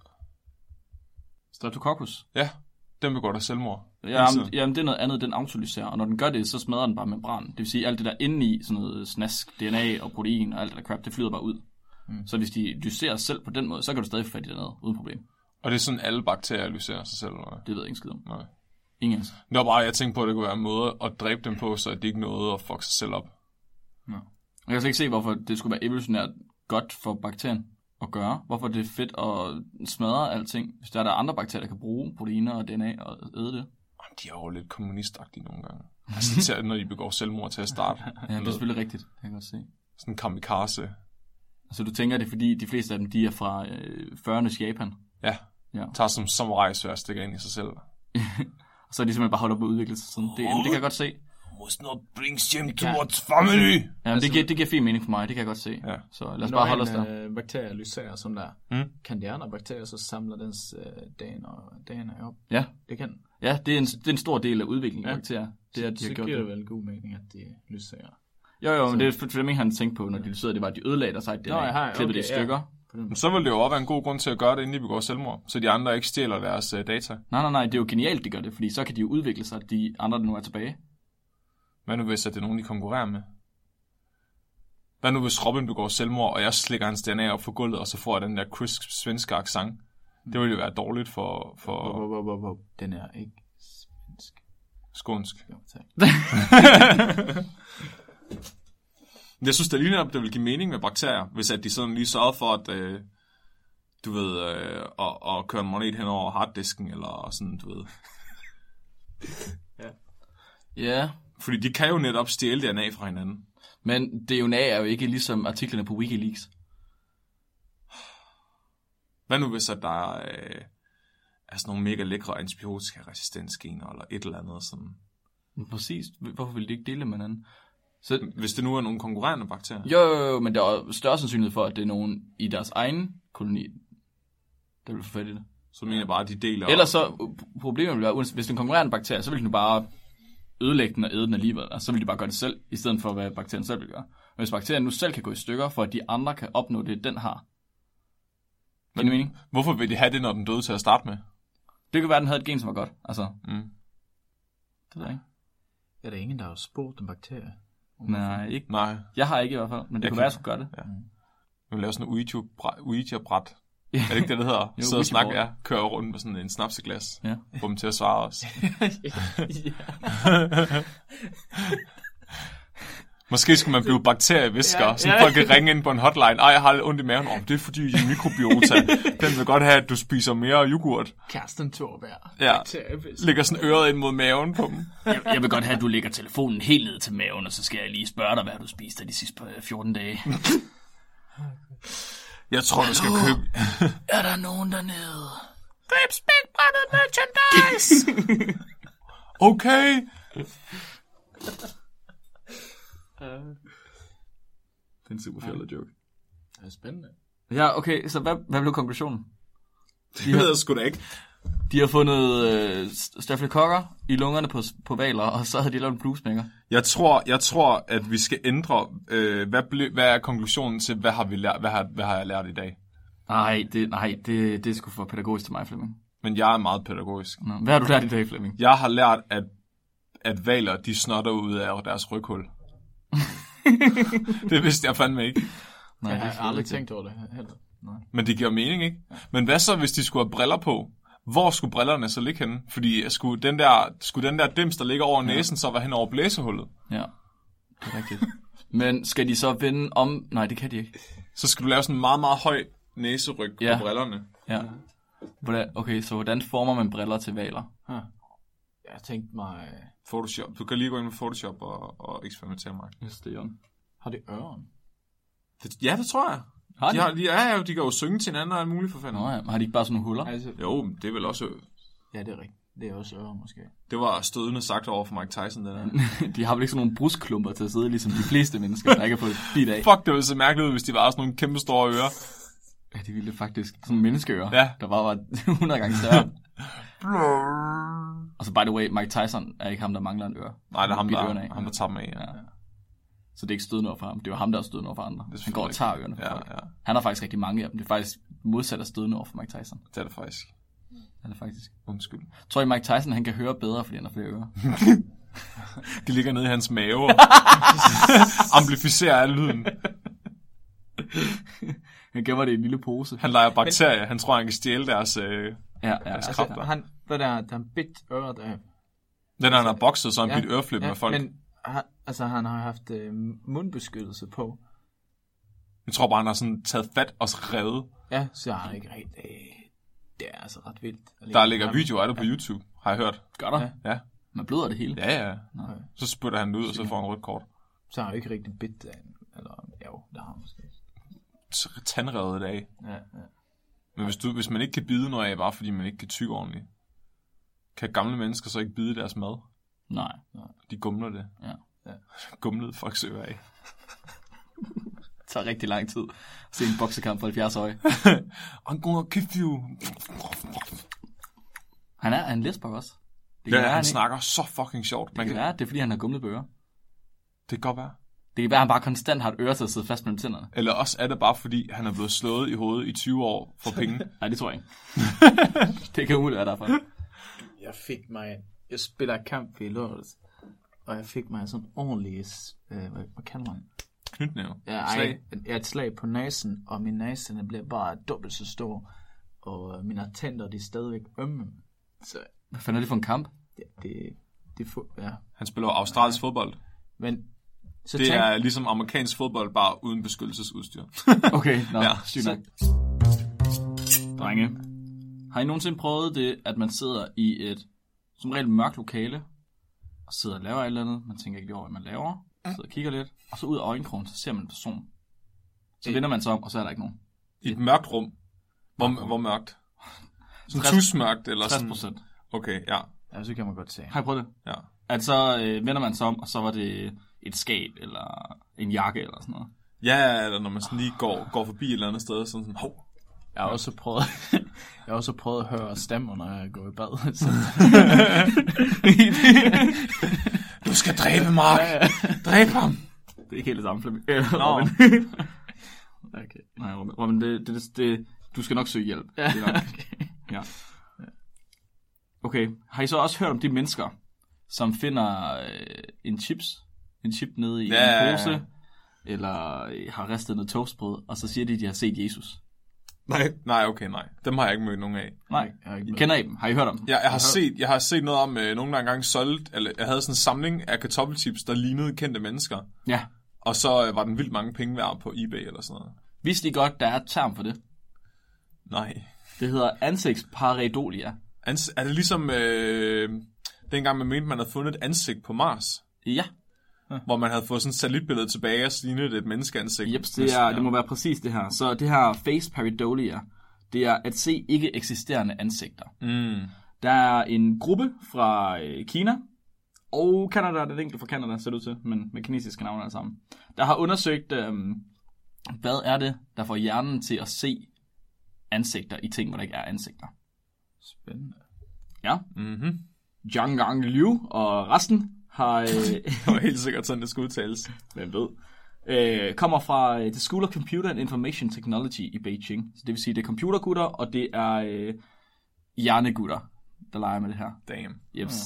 Streptococcus. Ja, den begår der selvmord. Jamen, jamen, det er noget andet, den autolyserer, og når den gør det, så smadrer den bare membranen. Det vil sige, alt det der indeni, sådan noget snask, D N A og protein og alt det der crap, det flyder bare ud. Mm. Så hvis de lyserer selv på den måde, så kan du stadig få fat i det noget, uden problem. Og det er sådan, alle bakterier lyserer sig selv, eller? Det ved jeg ikke skid om. Nej. Ingen. Det var bare, jeg tænkte på, at det kunne være en måde at dræbe dem på, så de ikke nåede at fuck sig selv op. Ja. Jeg kan slet ikke se, hvorfor det skulle være evolutionært godt for bakterien at gøre. Hvorfor det er fedt at smadre alting, hvis der er der andre bakterier, der kan bruge proteiner og D N A og æde det. De er jo lidt kommunistagtige nogle gange. Altså, når de begår selvmord til at starte. Ja, det er selvfølgelig rigtigt. Det kan jeg godt se. Sådan en kamikaze. Altså, du tænker, det er fordi, de fleste af dem, de er fra øh, fyrreernes Japan? Ja. Ja. Tager som samurai-svær og stikker ind i sig selv. Og så er de simpelthen bare holdt op med at udvikle sig sådan. Det, det kan jeg godt se. was not brings him towards family. Ja, altså, det, giver, det giver fin mening for mig, det kan jeg godt se. Ja. Så lad os bare holde os der. Når en bakterie lyserer sådan der, Mm. kan de andre bakterier så samle dens øh, D N A op? Ja. Det kan. Ja, det er en, det er en stor del af udviklingen af Ja. bakterier. Det er, at de Så har gjort giver det. det vel god mening, at de lyserer. Jo, jo, men det er Flemming, han tænkte på, når de lyserede, det var, at de ødelagde deres eget D N A, Nå, jeg har- klippede okay, det i stykker. Ja. Men så vil det jo også være en god grund til at gøre det, inden de begår selvmord, så de andre ikke stjæler deres uh, data. Nej, nej, nej, det er jo genialt, de gør det, fordi så kan de jo udvikle sig, de andre, der nu er tilbage. Hvad nu hvis at det er nogen, de konkurrerer med? Hvad nu hvis Robin begår selvmord, og jeg slikker hans D N A op for gulvet, og så får jeg den der crisp svenske accent? Det ville jo være dårligt for, for Hvor, hvor, hvor, hvor. Den er ikke svensk. skånsk. Jo, tak. Jeg synes, det ligner, at det vil give mening med bakterier, hvis at de sådan lige sørgede for, at øh, du ved, øh, at, at køre en monet hen over harddisken, eller sådan, du ved. Ja, Fordi de kan jo netop stjæle D N A fra hinanden. men D N A er jo ikke ligesom artiklerne på Wikileaks. Hvad nu hvis at der er, øh, er sådan nogle mega lækre antibiotika-resistensgener, eller et eller andet sådan. Men præcis, hvorfor vil de ikke dele med hinanden? Så, Hvis det nu er nogle konkurrerende bakterier. jo, jo, jo, men der er større sandsynlighed for, at det er nogen i deres egen koloni, der vil få fat i det. Så mener jeg bare, at de deler... Ellers så, problemet vil være, hvis det er en konkurrerende bakterie, så vil den jo bare ødelægge den og æde den alligevel. Altså, så vil de bare gøre det selv, i stedet for, hvad bakterien selv vil gøre. Men hvis bakterien nu selv kan gå i stykker, for at de andre kan opnå det, den har. Men, mening? Hvorfor vil de have det, når den døde til at starte med? Det kan være, at den havde et gen, som var godt. Altså, Mm. det ved jeg ikke. Er der ingen, der har spurgt en bakterie? Nej, ikke. Nej, Jeg har ikke i hvert fald, men det Jeg kunne kan- være, at jeg skulle gøre det. Ja. vi vil lave sådan en Ouija-bræt. Ouija-bræt. Er det ikke det, det hedder? Jo, Sidde og snakke, Ouija-board. ja. Køre rundt med sådan en snapseglas. Ja. Få dem til at svare os. Måske skulle man blive bakterievisker, Ja, så ja. folk kan ringe ind på en hotline. Ej, jeg har lidt ondt i maven. Oh, det er fordi, din mikrobiota, den vil godt have, at du spiser mere yoghurt. Karsten Thorberg. Ja. Bakteriefisk. Lægger sådan øret ind mod maven på dem. Jeg, jeg vil godt have, at du lægger telefonen helt ned til maven, og så skal jeg lige spørge dig, hvad du spiste de sidste øh, fjorten dage. Jeg tror, du skal købe... Er der nogen dernede? Køb spækbrættet merchandise! Okay. Det er en super fjollet joke. Det er spændende. Ja, okay, så hvad, hvad blev konklusionen? Det ved jeg sgu da ikke. De har fundet øh, stafylokokker i lungerne på, på valer, og så havde de lavet en bluesmænger. Jeg tror, jeg tror, at vi skal ændre, øh, hvad, ble, hvad er konklusionen til, hvad har, vi lært, hvad har, hvad har jeg lært i dag? Nej, det, nej, det, det er sgu for pædagogisk til mig, Flemming. Men jeg er meget pædagogisk. Nå, hvad har du lært i dag, Flemming? Jeg har lært, at, at valer, de snotter ud af deres ryghul. Det vidste jeg fandme ikke. Nej, Jeg det er har aldrig ikke. tænkt over det heller. Men det giver mening, ikke? Men hvad så, hvis de skulle have briller på? Hvor skulle brillerne så ligge henne? Fordi skulle den der, skulle den der dims, der ligger over næsen, så være hen over blæsehullet? Ja, det er rigtigt. Men skal de så vende om? Nej, det kan de ikke. Så skal du lave sådan en meget, meget høj næseryg Ja. på brillerne. Ja. Hvordan, okay, så hvordan former man briller til valer? Huh. Jeg har tænkt mig... Photoshop. Du kan lige gå ind med Photoshop og, og eksperimentere mig. Yes, det er jo. Har det øren? Det, ja, det tror jeg. Har De, de? har, de, ja, ja, de kan jo synge til hinanden og alt muligt for fanden. Nå ja, har de ikke bare sådan nogle huller? Altså, Jo, men det er vel også... ja, det er rigtigt. Det er også øren, måske. Det var stødende sagt over for Mike Tyson, den her. De har vel ikke sådan nogle brusklumper til at sidde, ligesom de fleste mennesker, der ikke har fået bit af. Fuck, det ville se mærkeligt ud, hvis de var sådan nogle kæmpe store ører. Ja, det ville det faktisk. Sådan menneskeører, Ja. der bare var hundrede gange større. Og så by the way, Mike Tyson er ikke ham, der mangler en øre. Nej, det er ham, Bidt der, ørerne af. ham, der tager dem af. Ja. Ja. Så det er ikke stødende over for ham. Det er jo ham, der er stødende over for andre. Det er Han går og selvfølgelig tager ørerne fra Ja, folk. ja, Han har faktisk rigtig mange af dem. Det er faktisk modsat af stødende over for Mike Tyson. det er det faktisk. Han er faktisk. Undskyld. Tror I, Mike Tyson han kan høre bedre, fordi han har flere ører? De ligger nede i hans mave og amplificerer al lyden. Han gemmer det i en lille pose. Han leger bakterier. Han tror, han kan stjæle deres... Øh... Ja, ja. Altså, Altså, kræfter. han, hvad der, der er en bit øret af... Den han har bokset, så han Ja, ja, øreflip ja, med folk. Men han, altså, han har haft øh, mundbeskyttelse på. Jeg tror bare, han har sådan taget fat og revet. Ja, så har han ikke rigtig... Øh, det er altså ret vildt. Der ligger videoer af det på YouTube, har jeg hørt. Gør der? Ja. Ja, Man bløder det hele. ja, ja. Nej. Så spytter han det ud, og så får han rødt kort. Så har han jo ikke rigtig bit af en. Eller, jo, det har han måske. T- Tandrevet af. Ja, ja. Men hvis, du, hvis man ikke kan bide noget af, bare fordi man ikke kan tygge ordentligt, kan gamle mennesker så ikke bide deres mad? Nej. De gumler det. Ja. Ja. Gumlede folks ører af. Det tager rigtig lang tid at se en boksekamp for halvfjerds-årige. I'm gonna kill you. Han er en lesber også. Det Ja, være, han han snakker så fucking sjovt. Det kan være, det er fordi, han har gumlet på ører. Det kan godt være. Det kan være, at han bare konstant har et øre til at sidde fast mellem tænderne. Eller også er det bare fordi, han er blevet slået i hovedet i tyve år for penge. Nej, det tror jeg ikke. Det kan umuligt være derfor. Jeg fik mig... Jeg spiller kamp i lørdags, og jeg fik mig sådan ordentlig... Øh, hvad, hvad kalder man? Knytnæve. Ja, Slag. jeg er et slag på næsen, og min næsen bliver bare dobbelt så stor, og mine tænder, de er stadigvæk ømme. Så Hvad fanden er det for en kamp? det... det, det fu- ja. Han spiller australsk fodbold. Men... Så Det tænk, er ligesom amerikansk fodbold, bare uden beskyttelsesudstyr. Okay, nå, Ja. ja, sygt nok. Drenge, har I nogensinde prøvet det, at man sidder i et som regel mørkt lokale, og sidder og laver et eller andet, man tænker ikke lige over, hvad man laver, sidder og kigger lidt, og så ud af øjenkrogen, så ser man en person. Så vender man sig om, og så er der ikke nogen. I et mørkt rum. Hvor, hvor mørkt? Sådan tres tusmørkt? Eller tres sådan... procent. Okay, ja. ja, så kan man godt se. Har I prøvet det? ja. At så øh, vender man sig om, og så var det et skab, eller en jakke, eller sådan noget. Ja, eller når man sådan lige går, går forbi et eller andet sted, sådan sådan, hov. Jeg har også prøvet, jeg har også prøvet at høre stemmer, når jeg går i bad. Så. Du skal dræbe Mark. Dræb ham. Det er ikke helt det samme, Flemming. Nå. Robin. Okay. Nej, Robin, Robin det, det, det, det, du skal nok søge hjælp. Ja. Det er nok. Ja. Okay, har I så også hørt om de mennesker, som finder øh, en chips, en chip nede i Ja. en pose, eller øh, har ristet noget toastbrød, og så siger de, at de har set Jesus? Nej, nej, okay, nej. Dem har jeg ikke mødt nogen af. Nej, Jeg har ikke kender I dem? Har I hørt om dem? Jeg, jeg, har, set, jeg har set noget om, øh, nogen der engang solgt, eller jeg havde sådan en samling af kartoffelchips, der lignede kendte mennesker. Ja. Og så øh, var den vildt mange penge værd på eBay eller sådan noget. Vidste I godt, der er et term for det? Nej. Det hedder ansigtspareidolia. Ans- er det ligesom øh, dengang man mente, man havde fundet et ansigt på Mars? Ja. Hvor man havde fået sådan et satellitbillede tilbage og så lignede det et menneskeansigt. Jeps, det, er, det må være præcis det her. Så det her face pareidolia, det er at se ikke eksisterende ansigter. Mm. Der er en gruppe fra øh, Kina, og Canada, det er enkelt fra Canada, ser det ud til, men med kinesiske navne alle sammen, der har undersøgt, øh, hvad er det, der får hjernen til at se ansigter i ting, hvor der ikke er ansigter. Spændende. Ja. Mm-hmm. Zhang Gang Liu og resten har... Øh, Det var helt sikkert sådan, det skulle udtales. Hvem ved? Øh, kommer fra øh, The School of Computer and Information Technology i Beijing. Så det vil sige, det er computergutter, og det er øh, hjernegutter, der leger med det her. Damn. Jeps.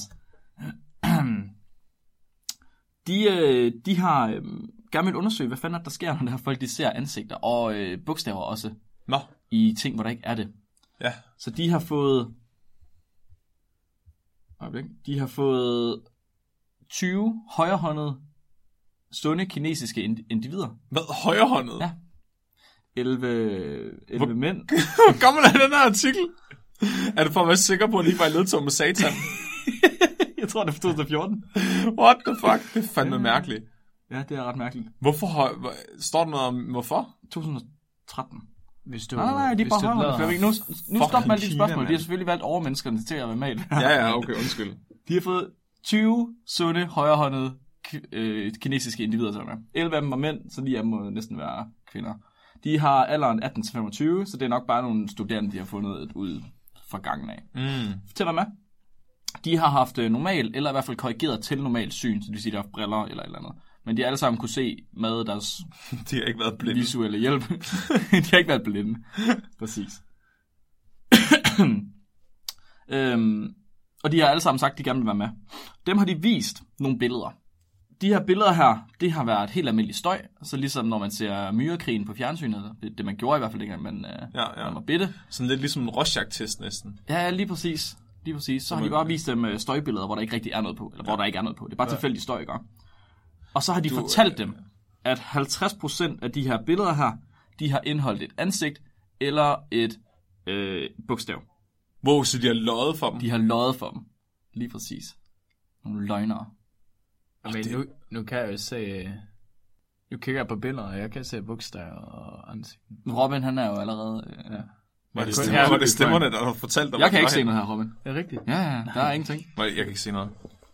de, øh, de har øh, gerne vil undersøge, hvad fanden er, der sker, når der her folk de ser ansigter, og øh, bogstaver også, Nå, i ting, hvor der ikke er det. ja. Så de har fået... De har fået tyve højrehåndede sunde kinesiske individer. Hvad? Højrehåndet? Ja. elleve, elleve Hvor- mænd. Hvor gammel er den her artikel? Er det for at være sikker på, at de ikke var i ledtog med satan? Jeg tror, det er fra to tusind og fjorten. What the fuck? Det er fandme mærkeligt. Ja, det er ret mærkeligt. Hvorfor høj... hvor- Står der noget om, hvorfor? to tusind og tretten. Hvis du, Nej, nej, nej, de er hvis bare du højrehåndede. blader- Flemming. Nu, nu Fucking stop med alle de Kina, spørgsmål. De har mand. selvfølgelig valgt overmenneskerne til at være med. Ja, ja, okay, undskyld. De har fået tyve sunde, højrehåndede ki- øh, kinesiske individer til at være med. elleve af dem var mænd, så lige af dem må næsten være kvinder. De har alderen atten til femogtyve, så det er nok bare nogle studerende, de har fundet ud fra gangen af. Mm. Til at være med. De har haft øh, normal, eller i hvert fald korrigeret til normal syn, så det vil sige, at de har haft briller eller et eller andet. Men de har alle sammen kunne se med deres De har ikke været blinde. visuelle hjælp. De har ikke været blinde. Præcis. øhm, og de har alle sammen sagt, at de gerne vil være med. Dem har de vist nogle billeder. De her billeder her, det har været helt almindelig støj. Så ligesom når man ser myrekrigen på fjernsynet, det, det man gjorde i hvert fald dengang, man, øh, Ja, ja. man var bitte. Sådan lidt ligesom en Rorschach-test næsten. Ja, lige præcis. Lige præcis. Så har de bare vist dem øh, støjbilleder, hvor der ikke rigtig er noget på. Eller hvor der ikke er noget på. Det er bare Ja. tilfældig støj, ikke? Og så har de Du, fortalt øh, dem, at halvtreds procent af de her billeder her, de har indeholdt et ansigt eller et øh, bogstav. Wow, så de har løjet for dem. De har løjet for dem. Lige præcis. Nogle løgnere. Men det- nu, nu kan jeg jo se... Nu kigger jeg på billeder, og jeg kan se bogstaver og ansigten. Robin, han er jo allerede... Øh, Ja. Var det, kun- stemmer, Ja, var det stemmerne, der har fortalt dig? jeg kan hvor ikke de se var noget her, Robin. Det er rigtigt. Ja, ja, der er ingenting. henne? Nej, jeg kan ikke se noget.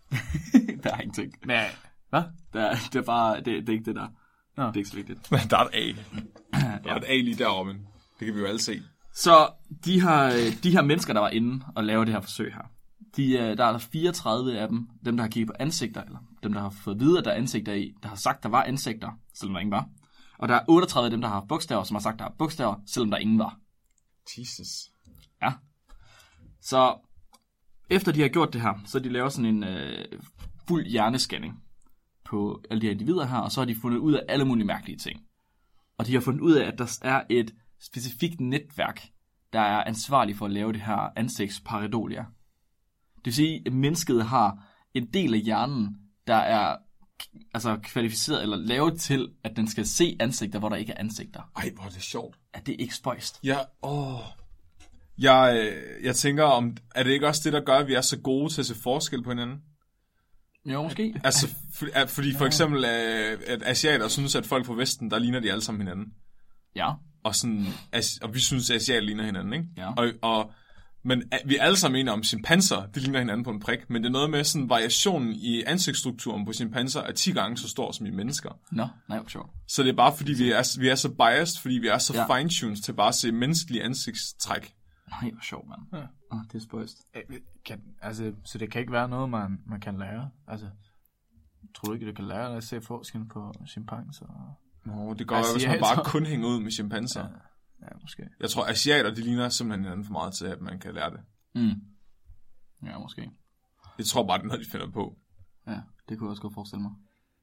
Der er ingenting. Nej. Hvad? Der er, det er bare, det, det er ikke det der. Nå. Det er ikke så vigtigt. Der er et A. Der er et A lige deroppe. Det kan vi jo alle se. Så de her, de her mennesker, der var inde og lavede det her forsøg her, de, der er der fireogtredive af dem, dem der har kigget på ansigter, eller dem der har fået videre, at der er ansigter i, der har sagt, der var ansigter, selvom der ingen var. Og der er otteogtredive af dem, der har bogstaver, som har sagt, der er bogstaver, selvom der ingen var. Jesus. Ja. Så efter de har gjort det her, så de laver sådan en øh, fuld hjernescanning på alle de her individer her, og så har de fundet ud af alle mulige mærkelige ting. Og de har fundet ud af, at der er et specifikt netværk, der er ansvarlig for at lave det her ansigtsparidolia. Det vil sige, at mennesket har en del af hjernen, der er altså kvalificeret eller lavet til, at den skal se ansigter, hvor der ikke er ansigter. Ej, hvor er det sjovt. Er det ikke spøjst? Ja, åh. Jeg, jeg tænker, om er det ikke også det, der gør, at vi er så gode til at se forskel på hinanden? Jo, måske. Altså, for, fordi for eksempel, at asiater synes, at folk fra Vesten, der ligner de alle sammen hinanden. Ja. Og, sådan, og vi synes, at asiater ligner hinanden, ikke? Ja. Og, og, men vi er alle sammen enige om, chimpanser, de ligner hinanden på en prik. Men det er noget med, sådan variationen i ansigtsstrukturen på chimpanser er ti gange så stor som i mennesker. Nå, nej, hvor sjovt. Så det er bare, fordi vi er, vi er så biased, fordi vi er så Ja. fine-tuned til bare at se menneskelige ansigtstræk. Nej, hvor sjovt, mand. Ja. Oh, det er spøjst. Kan, altså, så det kan ikke være noget, man, man kan lære. Altså, tror du ikke, du kan lære at se forskellen på chimpanser? Nå, det går jo, hvis man bare kun hænger ud med chimpanser. Ja, ja, måske. Jeg tror, asiater, de ligner simpelthen hinanden for meget til, at man kan lære det. Mm. Ja, måske. Jeg tror bare, det er noget, de finder på. Ja, det kunne jeg også godt forestille mig.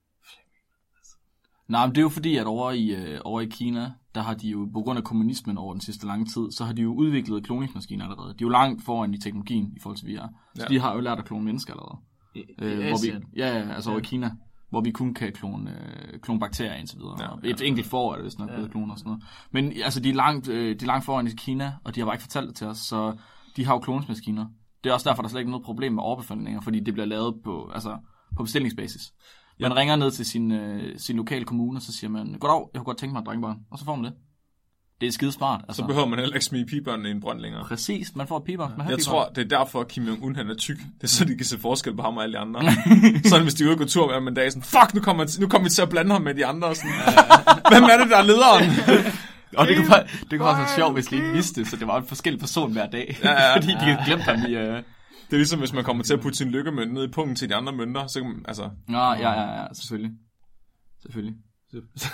Nej, men det er jo fordi, at over i, øh, over i Kina, der har de jo, på grund af kommunismen over den sidste lange tid, så har de jo udviklet kloningsmaskiner allerede. De er jo langt foran i teknologien i forhold til vi er. Så Ja. de har jo lært at klone mennesker allerede. I, Øh, i hvor vi, Asien. ja, ja, altså over i Ja. Kina, hvor vi kun kan klone, øh, klone bakterier indtil videre. Ja, Og ja. et enkelt får er det vist nok Ja. blevet klonet og sådan noget. Men altså, de er, langt, øh, de er langt foran i Kina, og de har bare ikke fortalt det til os, så de har jo kloningsmaskiner. Det er også derfor, der er slet ikke noget problem med overbefolkninger, fordi det bliver lavet på, altså, på bestillingsbasis. Man Ja. ringer ned til sin, øh, sin lokale kommune, og så siger man, goddag, jeg kunne godt tænke mig et drengebarn. Og så får man det. Det er skide smart. Altså. Så behøver man heller ikke smide pigebørnene i en brønd længere. Præcis, man får et pibeboks. Jeg tror, det er derfor, at Kim Jong-un han er tyk. Det er så, de kan se forskel på ham og alle de andre. Sådan, hvis de er ude og gå tur med ham en dag, sådan, fuck, nu kommer, nu kommer vi til at blande ham med de andre. Sådan, hvem er det, der er lederen? Og det kunne, bare, det kunne også være sjovt, hvis de ikke vidste det, så det var en forskellig person hver dag. Ja, ja. Fordi de havde glemt ham i... Øh... Det er ligesom, hvis man kommer til at putte sin lykkemønt ned i pungen til de andre mønter, så kan man, altså... Nå, ja, ja, ja, selvfølgelig. Selvfølgelig. Så, så,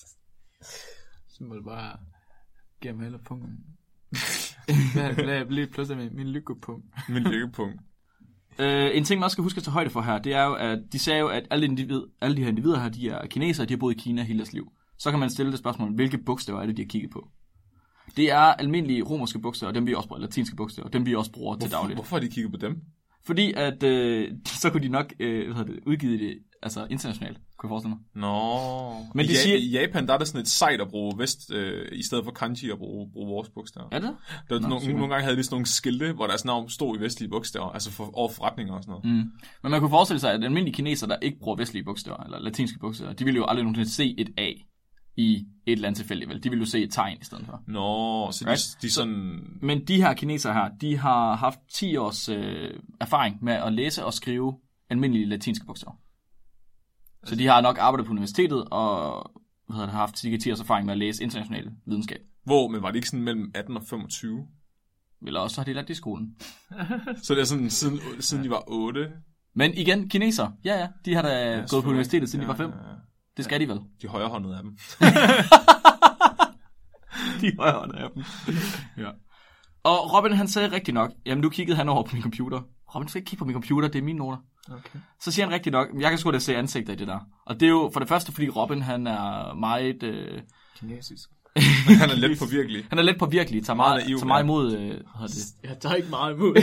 så må du bare gemme hele punkten. Lad, lad blive pludselig med min lykkepunkt. Min lykkepunkt. Øh, en ting, man også skal huske at tage højde for her, det er jo, at de sagde jo, at alle, individ, alle de her individer her, de er kinesere, de har boet i Kina hele deres liv. Så kan man stille det spørgsmål, hvilke bogstaver er det, de har kigget på? Det er almindelige romerske bogstaver, dem vi også bruger, latinske bogstaver, dem vi også bruger til Hvorfor, dagligt. hvorfor har de kigget på dem? Fordi at, øh, så kunne de nok øh, hvad hedder det, udgive det altså internationalt, kunne jeg forestille mig. Nå. Men I, de ja, siger- I Japan, der er det sådan et sejt at bruge vest, øh, i stedet for kanji at bruge, bruge vores bogstaver. Er det? Der, Nå, no, super. nogle gange havde de sådan nogle skilte, hvor deres navn stod i vestlige bogstaver, altså for, over forretninger og sådan noget. Mm. Men man kunne forestille sig, at almindelige kinesere, der ikke bruger vestlige bogstaver, eller latinske bogstaver, de ville jo aldrig nogensinde se et A i et eller andet tilfælde, vel? De ville jo se et tegn i stedet for. Nå, så de, Right. de sådan... Men de her kinesere her, de har haft ti års øh, erfaring med at læse og skrive almindelige latinske bogstaver. Så de har nok arbejdet på universitetet, og hvad hedder det, har haft cirka ti års erfaring med at læse international videnskab. Hvor, men var det ikke sådan mellem atten og femogtyve? Eller også har de lært det i skolen. Så det er sådan, siden, siden de var otte? Men igen, kinesere, ja ja, de har da ja, gået på universitetet, siden ja, de var fem. Ja, ja. Det skal de vel. De højrehåndede af dem. De højrehåndede af dem. Ja. Og Robin, han sagde rigtig nok, jamen nu kiggede han over på min computer. Robin, du skal ikke kigge på min computer, det er mine noter. Okay. Så siger han rigtig nok, jeg kan sgu da se ansigter i det der. Og det er jo for det første, fordi Robin, han er meget... Øh, Kinesisk. Han er let på virkelig. han er lidt på virkelig, tager Meget meget, naiv, tager meget ja. imod... Øh, hvad hedder det? Jeg tager ikke meget imod.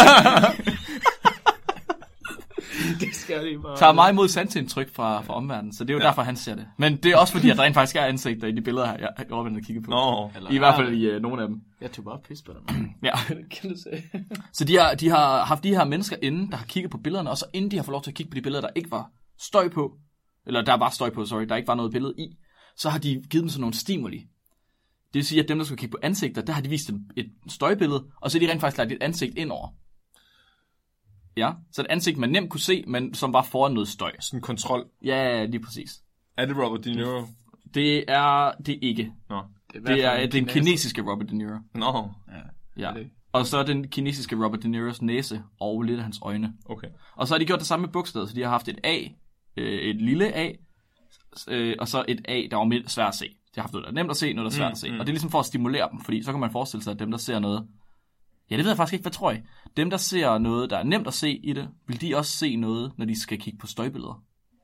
Det skal de bare. Tager meget imod sansindtryk fra, fra omverdenen, så det er jo ja. derfor, han ser det. Men det er også fordi, at der rent faktisk er ansigter i de billeder her, jeg Robin har kigget på. Nå. Eller, I hvert fald i øh, nogle af dem. Jeg tog bare pis på dem. Ja. Kan du se? Så de har, de har haft de her mennesker inde, der har kigget på billederne, og så inden de har fået lov til at kigge på de billeder, der ikke var støj på, eller der var støj på, sorry, der ikke var noget billede i, så har de givet dem sådan nogle stimuli. Det vil sige, at dem, der skulle kigge på ansigter, der har de vist dem et støjbillede, og så har de rent faktisk lagt et ansigt ind over. Ja, så et ansigt, man nemt kunne se, men som var foran noget støj. Sådan kontrol. Ja, lige præcis. Er det Robert De Niro? Det er det ikke. Nå. Det er, det er den kinesiske Robert De Niro. Nå. Ja. ja. Og så er den kinesiske Robert De Niros næse og lidt af hans øjne. Okay. Og så har de gjort det samme med bogstavet, så de har haft et A, et lille A, og så et A, der var svært at se. De har haft noget, der er nemt at se, noget, der er svært at se. Mm, mm. Og det er ligesom for at stimulere dem, fordi så kan man forestille sig, at dem, der ser noget... Ja, det ved jeg faktisk ikke, hvad tror I? Dem, der ser noget, der er nemt at se i det, vil de også se noget, når de skal kigge på støjbilleder?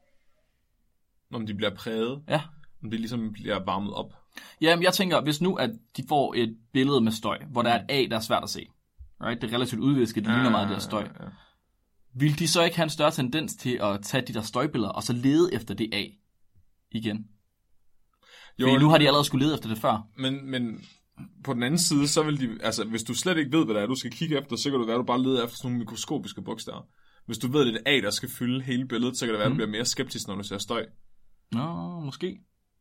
Om de bliver præget? Ja. Om de ligesom bliver varmet op? Jamen, jeg tænker, hvis nu, at de får et billede med støj, hvor der er et A, der er svært at se. Right? Det er relativt udvisket, det ligner meget det der støj. Ja, ja. Vil de så ikke have en større tendens til at tage de der støjbilleder, og så lede efter det A igen? Jo, fordi nu har de allerede skulle lede efter det før. Men, men på den anden side, så vil de, altså hvis du slet ikke ved, hvad det er, du skal kigge efter, så kan det være, at du bare leder efter sådan nogle mikroskopiske bogstaver. Hvis du ved, at det er A, der skal fylde hele billedet, så kan det være, at du bliver mere skeptisk, når du ser støj. Nå, måske.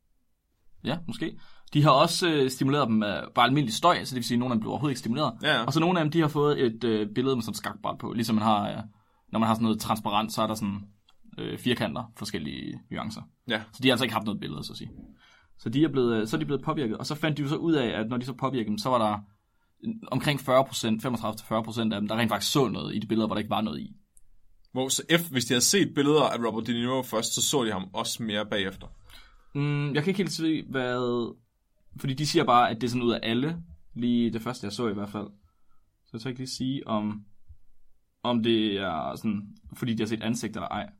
Ja, måske. De har også øh, stimuleret dem med bare almindelig støj, så det vil sige, at nogle af dem bliver overhovedet ikke stimuleret. Ja, ja. Og så nogle af dem, de har fået et øh, billede med sådan et skakbræt på, ligesom man har, øh, når man har sådan noget transparent, så er der sådan øh, firkanter, forskellige nuancer. Ja. Så de har altså ikke haft noget billede, så at sige. Så de er blevet, så er de blevet påvirket, og så fandt de jo så ud af, at når de så påvirkede dem, så var der omkring fyrre procent, femogtredive til fyrre procent af dem, der rent faktisk så noget i de billeder, hvor der ikke var noget i. Hvor så F, hvis de havde set billeder af Robert De Niro først, så så de ham også mere bagefter. Mm, jeg kan ikke helt se, hvad... Fordi de siger bare, at det er sådan ud af alle. Lige det første, jeg så i hvert fald. Så jeg tør ikke lige sige, om, om det er sådan... Fordi de har set ansigt eller ej.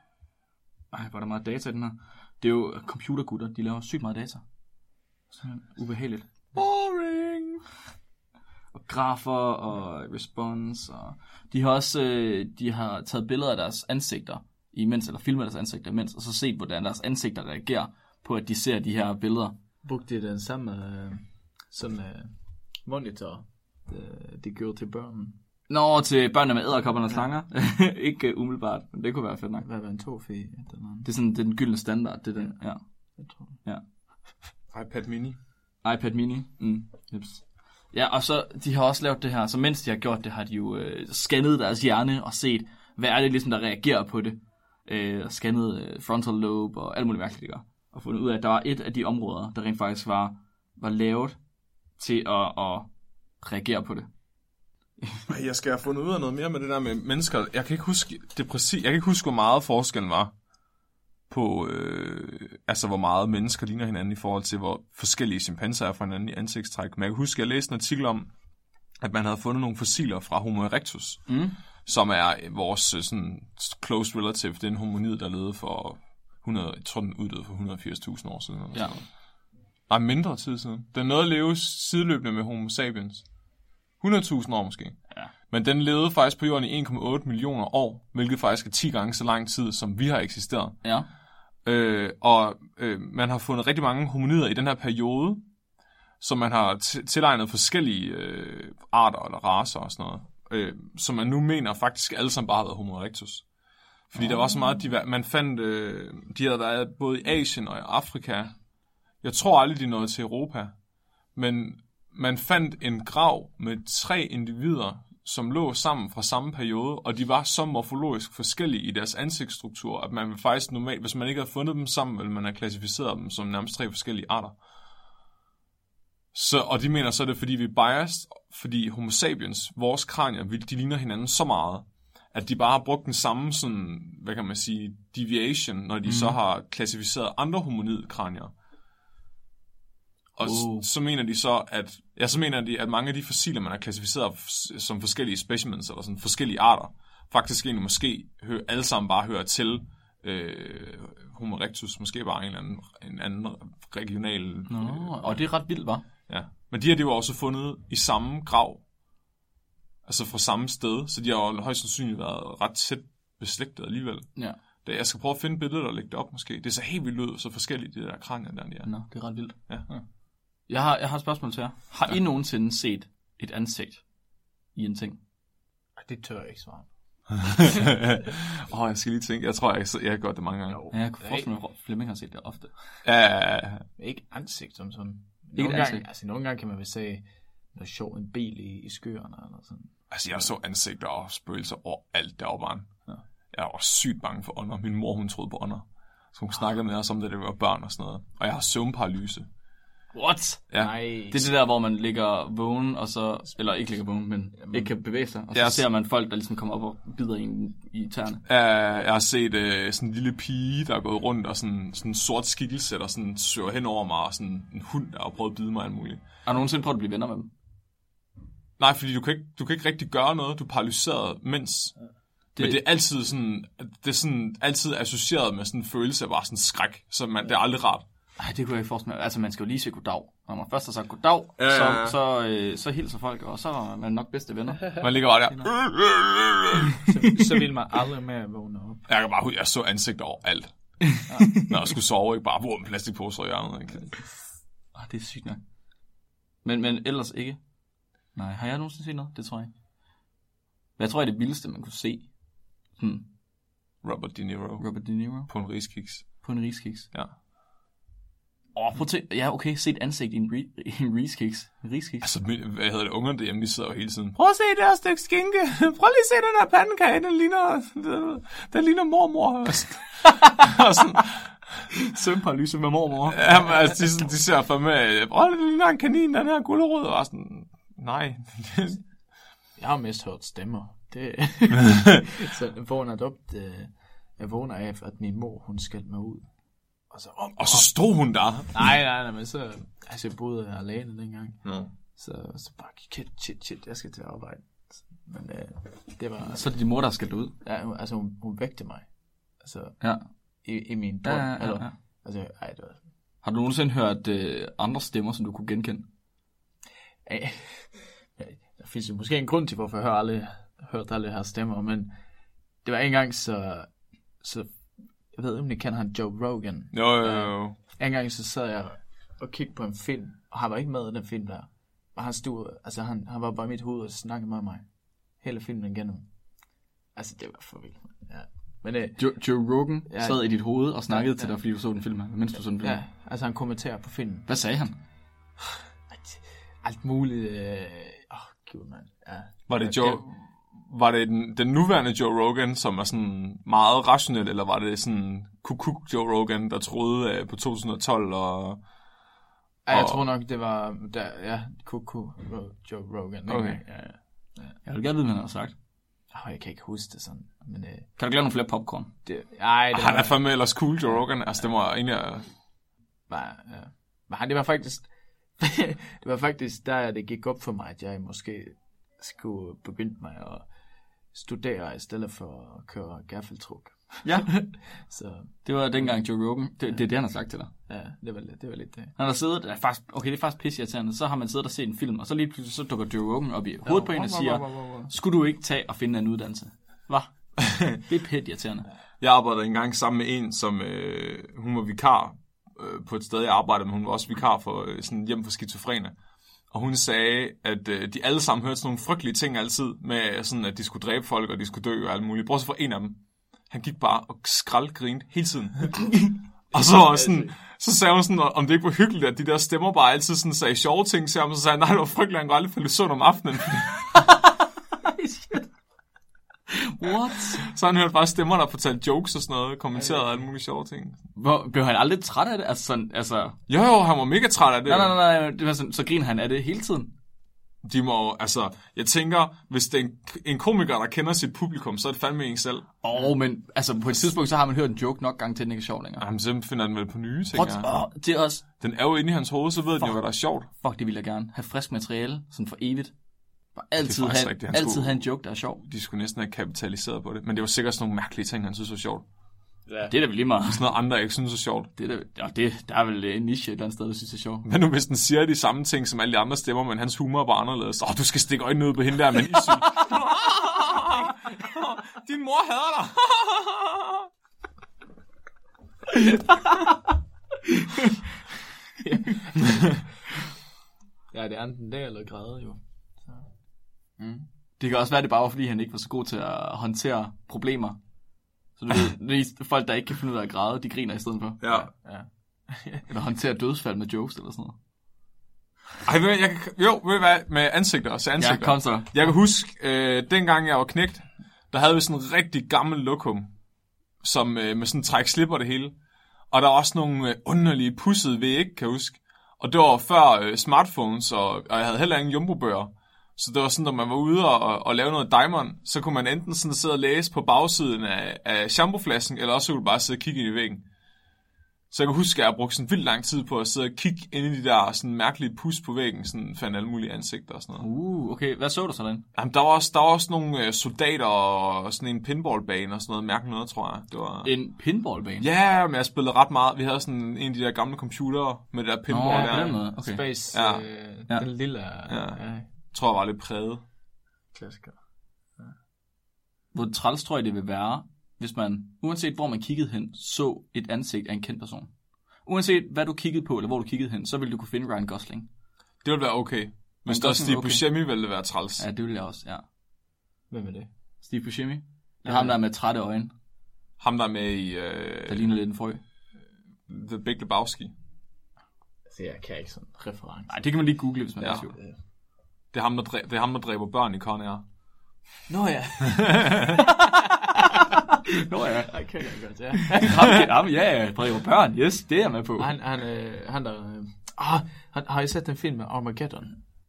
Ej, hvor er der meget data i den her. Det er jo computergutter, de laver sygt meget data. Så ubehageligt. Boring! Og grafer og response. Og de har også øh, de har taget billeder af deres ansigter imens, eller filmet deres ansigter imens, og så set, hvordan deres ansigter reagerer på, at de ser de her billeder. Brugte de den samme øh, sådan øh, monitor, øh, de gjorde til børnene? Nå, til børnene med edderkopperne og slanger. Ikke uh, umiddelbart, men det kunne være fedt nok. Hvad var en tofi? Det er sådan det er den gyldne standard, det er den, ja. Jeg tror det. Ja. iPad mini. iPad mini, mm, jeps. Ja, og så, de har også lavet det her, så mens de har gjort det, har de jo øh, scannet deres hjerne og set, hvad er det ligesom, der reagerer på det. Øh, scannet øh, frontal lobe og alt muligt mærkeligt, ikke? Og fundet ud af, at der var et af de områder, der rent faktisk var, var lavet til at, at reagere på det. Jeg skal have fundet ud af noget mere med det der med mennesker. Jeg kan ikke huske, det præcis, jeg kan ikke huske, hvor meget forskellen var på, øh, altså hvor meget mennesker ligner hinanden i forhold til, hvor forskellige chimpanser er fra hinanden i ansigtstræk. Men jeg kan huske, at jeg læste en artikel om, at man havde fundet nogle fossiler fra Homo erectus, mm. som er vores sådan close relative. Det er en hominid, der levede for hundrede, jeg tror, den uddøde for et hundrede og firs tusind år siden. Eller ja. Nej, mindre tid siden. Den nåede at leve sideløbende med Homo sapiens. hundrede tusind år måske. Ja. Men den levede faktisk på jorden i en komma otte millioner år, hvilket faktisk er ti gange så lang tid, som vi har eksisteret. Ja. Øh, og øh, man har fundet rigtig mange hominider i den her periode, som man har t- tilegnet forskellige øh, arter eller racer og sådan noget, øh, som man nu mener faktisk alle sammen bare har været Homo erectus. Fordi oh. der var så meget, de, man fandt, øh, de havde været både i Asien og i Afrika. Jeg tror aldrig, de nåede til Europa. Men man fandt en grav med tre individer, som lå sammen fra samme periode, og de var så morfologisk forskellige i deres ansigtsstruktur, at man vil faktisk normalt, hvis man ikke havde fundet dem sammen, eller man har klassificeret dem som nærmest tre forskellige arter. Så, og de mener så, er det fordi vi er biased, fordi Homo sapiens, vores kranier, de ligner hinanden så meget, at de bare har brugt den samme sådan, hvad kan man sige, deviation, når de mm. så har klassificeret andre hominid-kranier. Og uh. så mener de så, at ja, så mener de, at mange af de fossiler, man har klassificeret som forskellige specimens, eller sådan forskellige arter, faktisk egentlig måske hø- alle sammen bare hører til øh, Homo erectus, måske bare en eller anden, en anden regional... Nå, øh, og det er ret vildt, hva'? Ja, men de her, de var også fundet i samme grav, altså fra samme sted, så de har jo højst sandsynligt været ret tæt beslægtet alligevel. Ja. Da jeg skal prøve at finde billedet og lægge det op måske. Det ser helt vildt ud, så forskelligt de der kranier der, de er. Nå, det er ret vildt. Ja. Ja. Jeg har, jeg har et spørgsmål til jer. Har ja. I nogensinde set et ansigt i en ting? Det tør jeg ikke svare. Åh, oh, jeg skal lige tænke. Jeg tror, jeg, jeg har gjort det mange gange. Jo, ja, jeg kunne forestille mig, at Flemming har set det ofte. Ja, ikke ansigt som sådan. Ikke nogle ansigt? gange, altså nogle gange kan man vel sige, noget sjov, en bil i, i skyerne eller sådan. Altså, jeg så ansigter og spøgelser overalt derovre bare. Ja. Jeg var sygt bange for ånder. Min mor, hun troede på ånder. Så hun snakkede med os om det, det var børn og sådan noget. Og jeg har søvnparalyse. What? Ja. Nej. Det er det der, hvor man ligger vågen, og så, eller ikke ligger vågen, men Jamen. ikke kan bevæge sig. Og så Yes. ser man folk, der ligesom kommer op og bider en i tæerne. Jeg har set uh, sådan en lille pige, der er gået rundt, og sådan, sådan en sort skikkelse, der sådan søger hen over mig, og sådan en hund, der har prøvet at bide mig alt muligt. Har du nogensinde prøvet at blive venner med dem? Nej, fordi du kan ikke, du kan ikke rigtig gøre noget. Du er paralyseret mens. Det... Men det er altid sådan, det er sådan altid associeret med sådan en følelse af bare sådan skræk, så man, det er aldrig rart. Nej, det kunne jeg ikke forestille mig. Altså, man skal jo lige sige goddag. Når man først har sagt goddag, Ja, ja, ja. så, så, øh, så hilser folk, og så er man nok bedste venner. Man ligger bare der. så, så vil man aldrig mere vågne op. Jeg kan bare huske, jeg så ansigter over alt. Ja. Når jeg skulle sove, ikke bare, hvor en plastikpose i hjørnet. Ikke? Oh, det er sygt nok. Men, men ellers ikke. Nej, har jeg nogensinde set noget? Det tror jeg ikke. Hvad jeg tror jeg er det vildeste, man kunne se? Hmm. Robert De Niro. Robert De Niro. På en riskiks. På en riskiks. Ja. Åh, oh, prøv at tænke. Ja, okay, set ansigt i en, ri- i en riskiks. Riskiks. Altså, hvad hedder det? Ungerne derhjemme, de sidder jo hele tiden. Prøv at se det her stykke skinke. Prøv lige at se den her pandekage. Den ligner, den, den ligner mormor. Og sådan... Søvnparalyse med mormor. Ja, men altså, de, de ser for med, åh, det ligner en kanin, den her gulerod, og sådan, nej. Jeg har mest hørt stemmer. Det... så jeg vågner op, det... jeg vågner af, at min mor, hun skældte mig ud. Og så, om, og så stod hun der. Nej, nej, nej, men så, altså jeg boede alene dengang. No. Så, så bare, shit, shit, shit, jeg skal til at arbejde. Men øh, det var... Så er det din mor, der skal ud. Ja, hun, altså hun, hun vægte mig. Altså, ja. i, i min drøm. Ja, ja, ja, eller, ja. Altså, ej, det var... Har du nogensinde hørt øh, andre stemmer, som du kunne genkende? Ja, der findes jo måske en grund til, hvorfor jeg hører aldrig, hørt alle her stemmer, men det var en gang, så, så jeg ved ikke, om I kender han Joe Rogan. Jo, jo, jo. En gang så sad jeg og kiggede på en film, og han var ikke med i den film der. Og han stod, altså han, han var bare i mit hoved og snakkede med mig. Hele filmen igennem. Altså, det var for vildt. Ja. Men, øh, Joe, Joe Rogan ja, sad i dit hoved og snakkede ja, til dig, ja. fordi du så den film, mens du så den film. Ja, altså han kommenterer på filmen. Hvad sagde han? Alt muligt. Åh, øh... oh, gud, mand. Ja. Var det Joe... Var det den, den nuværende Joe Rogan, som er sådan meget rationel, eller var det sådan kukuk Joe Rogan, der troede uh, på to tusind og tolv og... Ja, jeg og... tror nok, det var der, ja, kukuk Joe Rogan. Okay. Ja, ja, ja. Jeg vil gerne vide, hvad han har sagt. Oh, jeg kan ikke huske det sådan. Men, øh, kan du glemme nogle flere popcorn? Det, ej, det han var, er fandme ellers cool, Joe Rogan. Altså, det var egentlig... Var, ja. Men han, det var faktisk... det var faktisk der, det gik op for mig, at jeg måske skulle begynde mig at studere, i stedet for at køre gaffeltruk. Ja, så det var dengang Joe Rogan. Det, det er det, han har sagt til dig. Ja, det var, det var lidt det. Han har siddet, det er faktisk, okay, det er faktisk pisseirriterende, så har man siddet og set en film, og så lige pludselig så dukker Joe Rogan op i hovedet på en og siger, skulle du ikke tage og finde en uddannelse? Hvad? Det er pæt irriterende. Jeg arbejdede engang sammen med en, som øh, hun var vikar øh, på et sted, jeg arbejdede med. Hun var også vikar for øh, sådan hjem for skizofrene. Og hun sagde, at øh, de alle sammen hørte sådan nogle frygtelige ting altid, med sådan, at de skulle dræbe folk, og de skulle dø og alt muligt. Bortset fra en af dem. Han gik bare og skraldgrinte hele tiden. Og så, var sådan, så sagde hun sådan, om det ikke var hyggeligt, at de der stemmer bare altid sådan sagde sjove ting til ham. Så sagde han, nej, det var frygteligt, han kunne aldrig falde i søvn om aftenen. What? Så han hørte bare stemmer, der fortalte jokes og sådan noget, kommenterede alle mulige sjove ting. Hvor, blev han aldrig træt af det? Altså, sådan, altså... Jo, jo, han var mega træt af det. Nej, nej, nej, nej. Det var sådan, så griner han af det hele tiden. De må, altså, jeg tænker, hvis det er en, en komiker, der kender sit publikum, så er det fandme en selv. Åh, oh, men altså, på et tidspunkt, så har man hørt en joke nok gange til, den ikke er sjov længere. Jamen, så finder den vel på nye ting. Åh, oh, det er også... Den er jo inde i hans hoved, så ved den jo, hvad der er sjovt. Fuck, det vil jeg gerne. Have frisk materiale, sådan for evigt. Bare altid, have, rigtigt, altid skulle, have en joke, der er sjov. De skulle næsten have kapitaliseret på det. Men det var sikkert sådan nogle mærkelige ting, han synes var sjovt. Ja. Det er da vel lige meget. Sådan noget andre, jeg ikke synes er sjovt. Det er da, ja, det, der er vel en niche et eller andet sted, der synes er sjovt. Men nu hvis den siger de samme ting, som alle de andre stemmer, men hans humor er bare anderledes. Åh, oh, du skal stikke øjnene ud på hende der, men isyg. Din mor hader dig. Ja, det er enten det eller græde jo. Så. Mm. Det kan også være, det bare var, fordi han ikke var så god til at håndtere problemer. Så du ved, folk, der ikke kan finde ud af at græde, de griner i stedet for. Ja. Ja. Eller håndtere dødsfald med jokes eller sådan noget. Ej, ved, jeg, jo, ved du hvad, med ansigter og ansigter. Ja, kom så. Jeg kan huske, øh, dengang jeg var knægt, der havde vi sådan en rigtig gammel lokum, som øh, med sådan træk slipper det hele. Og der var også nogle øh, underlige pussede vægge, kan jeg huske. Og det var før øh, smartphones, og, og jeg havde heller ingen jumbobøger. Så det var sådan, når man var ude og, og lave noget diamond, så kunne man enten sådan sidde og læse på bagsiden af, af shampooflasken, eller også kunne du bare sidde og kigge ind i væggen. Så jeg kan huske, at jeg brugte sådan vildt lang tid på at sidde og kigge ind i de der sådan mærkelige pus på væggen, sådan fandt alle mulige ansigter og sådan noget. Uh, okay. Hvad så du så den? Jamen, der var også, der var også nogle øh, soldater og sådan en pinballbane og sådan noget mærkeligt noget, tror jeg. Det var... En pinballbane? Ja, men jeg spillede ret meget. Vi havde sådan en af de der gamle computere med det der pinball oh, der. på den måde. Okay. Space, Ja. øh, Ja. den lille... Ja. Ja. Jeg tror, jeg var lidt præget. Klassiker. Hvor træls tror jeg, det vil være, hvis man, uanset hvor man kiggede hen, så et ansigt af en kendt person. Uanset hvad du kiggede på, eller hvor du kiggede hen, så ville du kunne finde Ryan Gosling. Det ville være okay. Hvis Men der var Gosling Steve okay. Buscemi, ville det være træls. Ja, det ville jeg også, ja. Hvem er det? Steve Buscemi. Det er Ja. ham, der er med trætte øjne, Ham, der er med i øh, der ligner lidt en frø. The Big Lebowski. Altså, jeg kan ikke sådan reference. Nej, det kan man lige google, hvis man Ja. er i tvivl. Det er ham, der, dræ- det er ham, der dræber børn i Con Air. Nå ja. Nå ja. Jeg kan jeg godt, ja. Ham, ham, ja, ja, dræber børn, yes, det er jeg med på. Han, han, øh, han der... Øh, ah, han, har I set den film med Armageddon?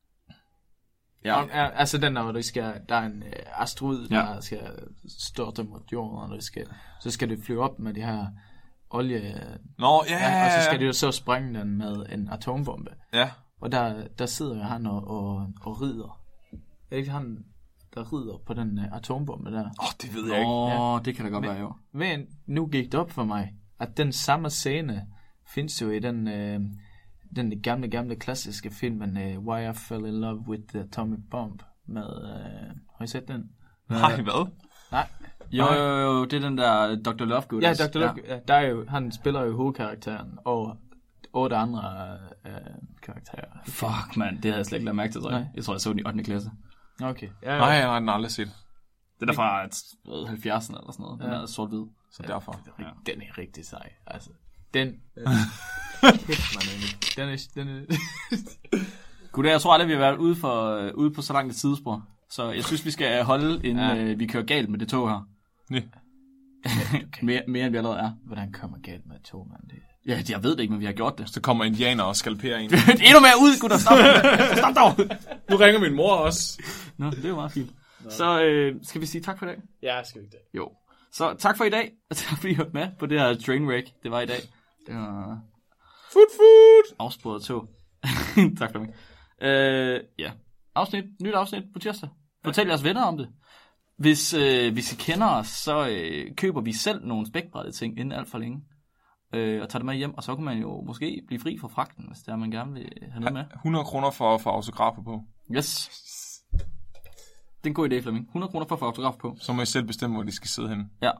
Ja. Ja. Altså den der, hvor der, skal, der er en øh, asteroid, Ja. der skal størte mod jorden, og det skal, så skal det flyve op med de her olie... Nå, ja, Ja, og så skal de jo så sprænge den med en atombombe. Ja, Og der, der sidder han og, og, og rider. Er ikke han, der rider på den uh, atombombe der? åh, oh, det ved jeg ikke. Åh, det kan da godt være, jo. Men nu gik det op for mig, at den samme scene findes jo i den, øh, den gamle, gamle klassiske film, uh, Why I Fell in Love with the Atomic Bomb. Med, uh, har I set den? Nej, hvad? Nej. Jo, jo, jo, det er den der doktor Lovegood. Ja, doktor Luke, ja. Der er jo, han spiller jo hovedkarakteren, og otte andre øh, karakterer. Fuck, mand, det havde jeg slet ikke lagt mærke til, tror jeg. Nej. Jeg tror, jeg så den i ottende klasse. Okay. Ja, Nej, jeg har den aldrig set. Det er der fra hvad, halvfjerdserne eller sådan noget. Den Ja. er sort-hvid. Så derfor. Ja. Den er rigtig sej. Altså, den... den kæft, man, den er... Den er, den er Gud, jeg tror aldrig, vi har været ude, for, øh, ude på så langt et sidespor. Så jeg synes, vi skal holde, inden Ja. øh, vi kører galt med det tog her. Nej. mere, mere end vi allerede er. Hvordan kommer galt med to, mand? Det... Ja, jeg ved det ikke, men vi har gjort det. Så kommer indianer og skalperer en. Endnu mere ud, gutter. Stop. Stop dog. Nu ringer min mor også. Nå, det er jo meget fint. Så øh, skal vi sige tak for i dag? Ja, skal vi ikke det? Jo. Så tak for i dag. Og tak fordi I hørte med på det her trainwreck. Det var i dag. Det var Food, food. afsporet tog. Tak for mig. Øh, ja. Afsnit. Nyt afsnit på tirsdag. Fortæl jeres venner om det. Hvis, øh, hvis I kender os, så øh, køber vi selv nogle spækbrættede ting inden alt for længe. Øh, og tager det med hjem, og så kan man jo måske blive fri fra fragten, hvis det er, man gerne vil have noget med. hundrede kroner for at få autografer på. Yes. Det er en god idé, Flemming. hundrede kroner for at få autograf på. Så må I selv bestemme, hvor de skal sidde henne. Ja.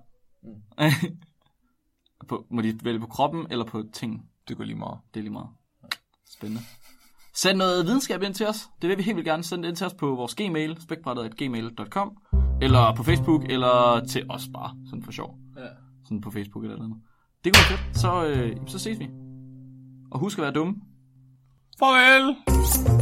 på, må de vælge på kroppen eller på ting? Det går lige meget. Det er lige meget. Spændende. Send noget videnskab ind til os. Det vil vi helt vildt gerne sende ind til os på vores gmail, spækbrættet at gmail punktum com, eller på Facebook, eller til os bare, sådan for sjov. Ja. Sådan på Facebook eller noget. Det kunne være fedt. Så, øh, så ses vi. Og husk at være dumme. Farvel!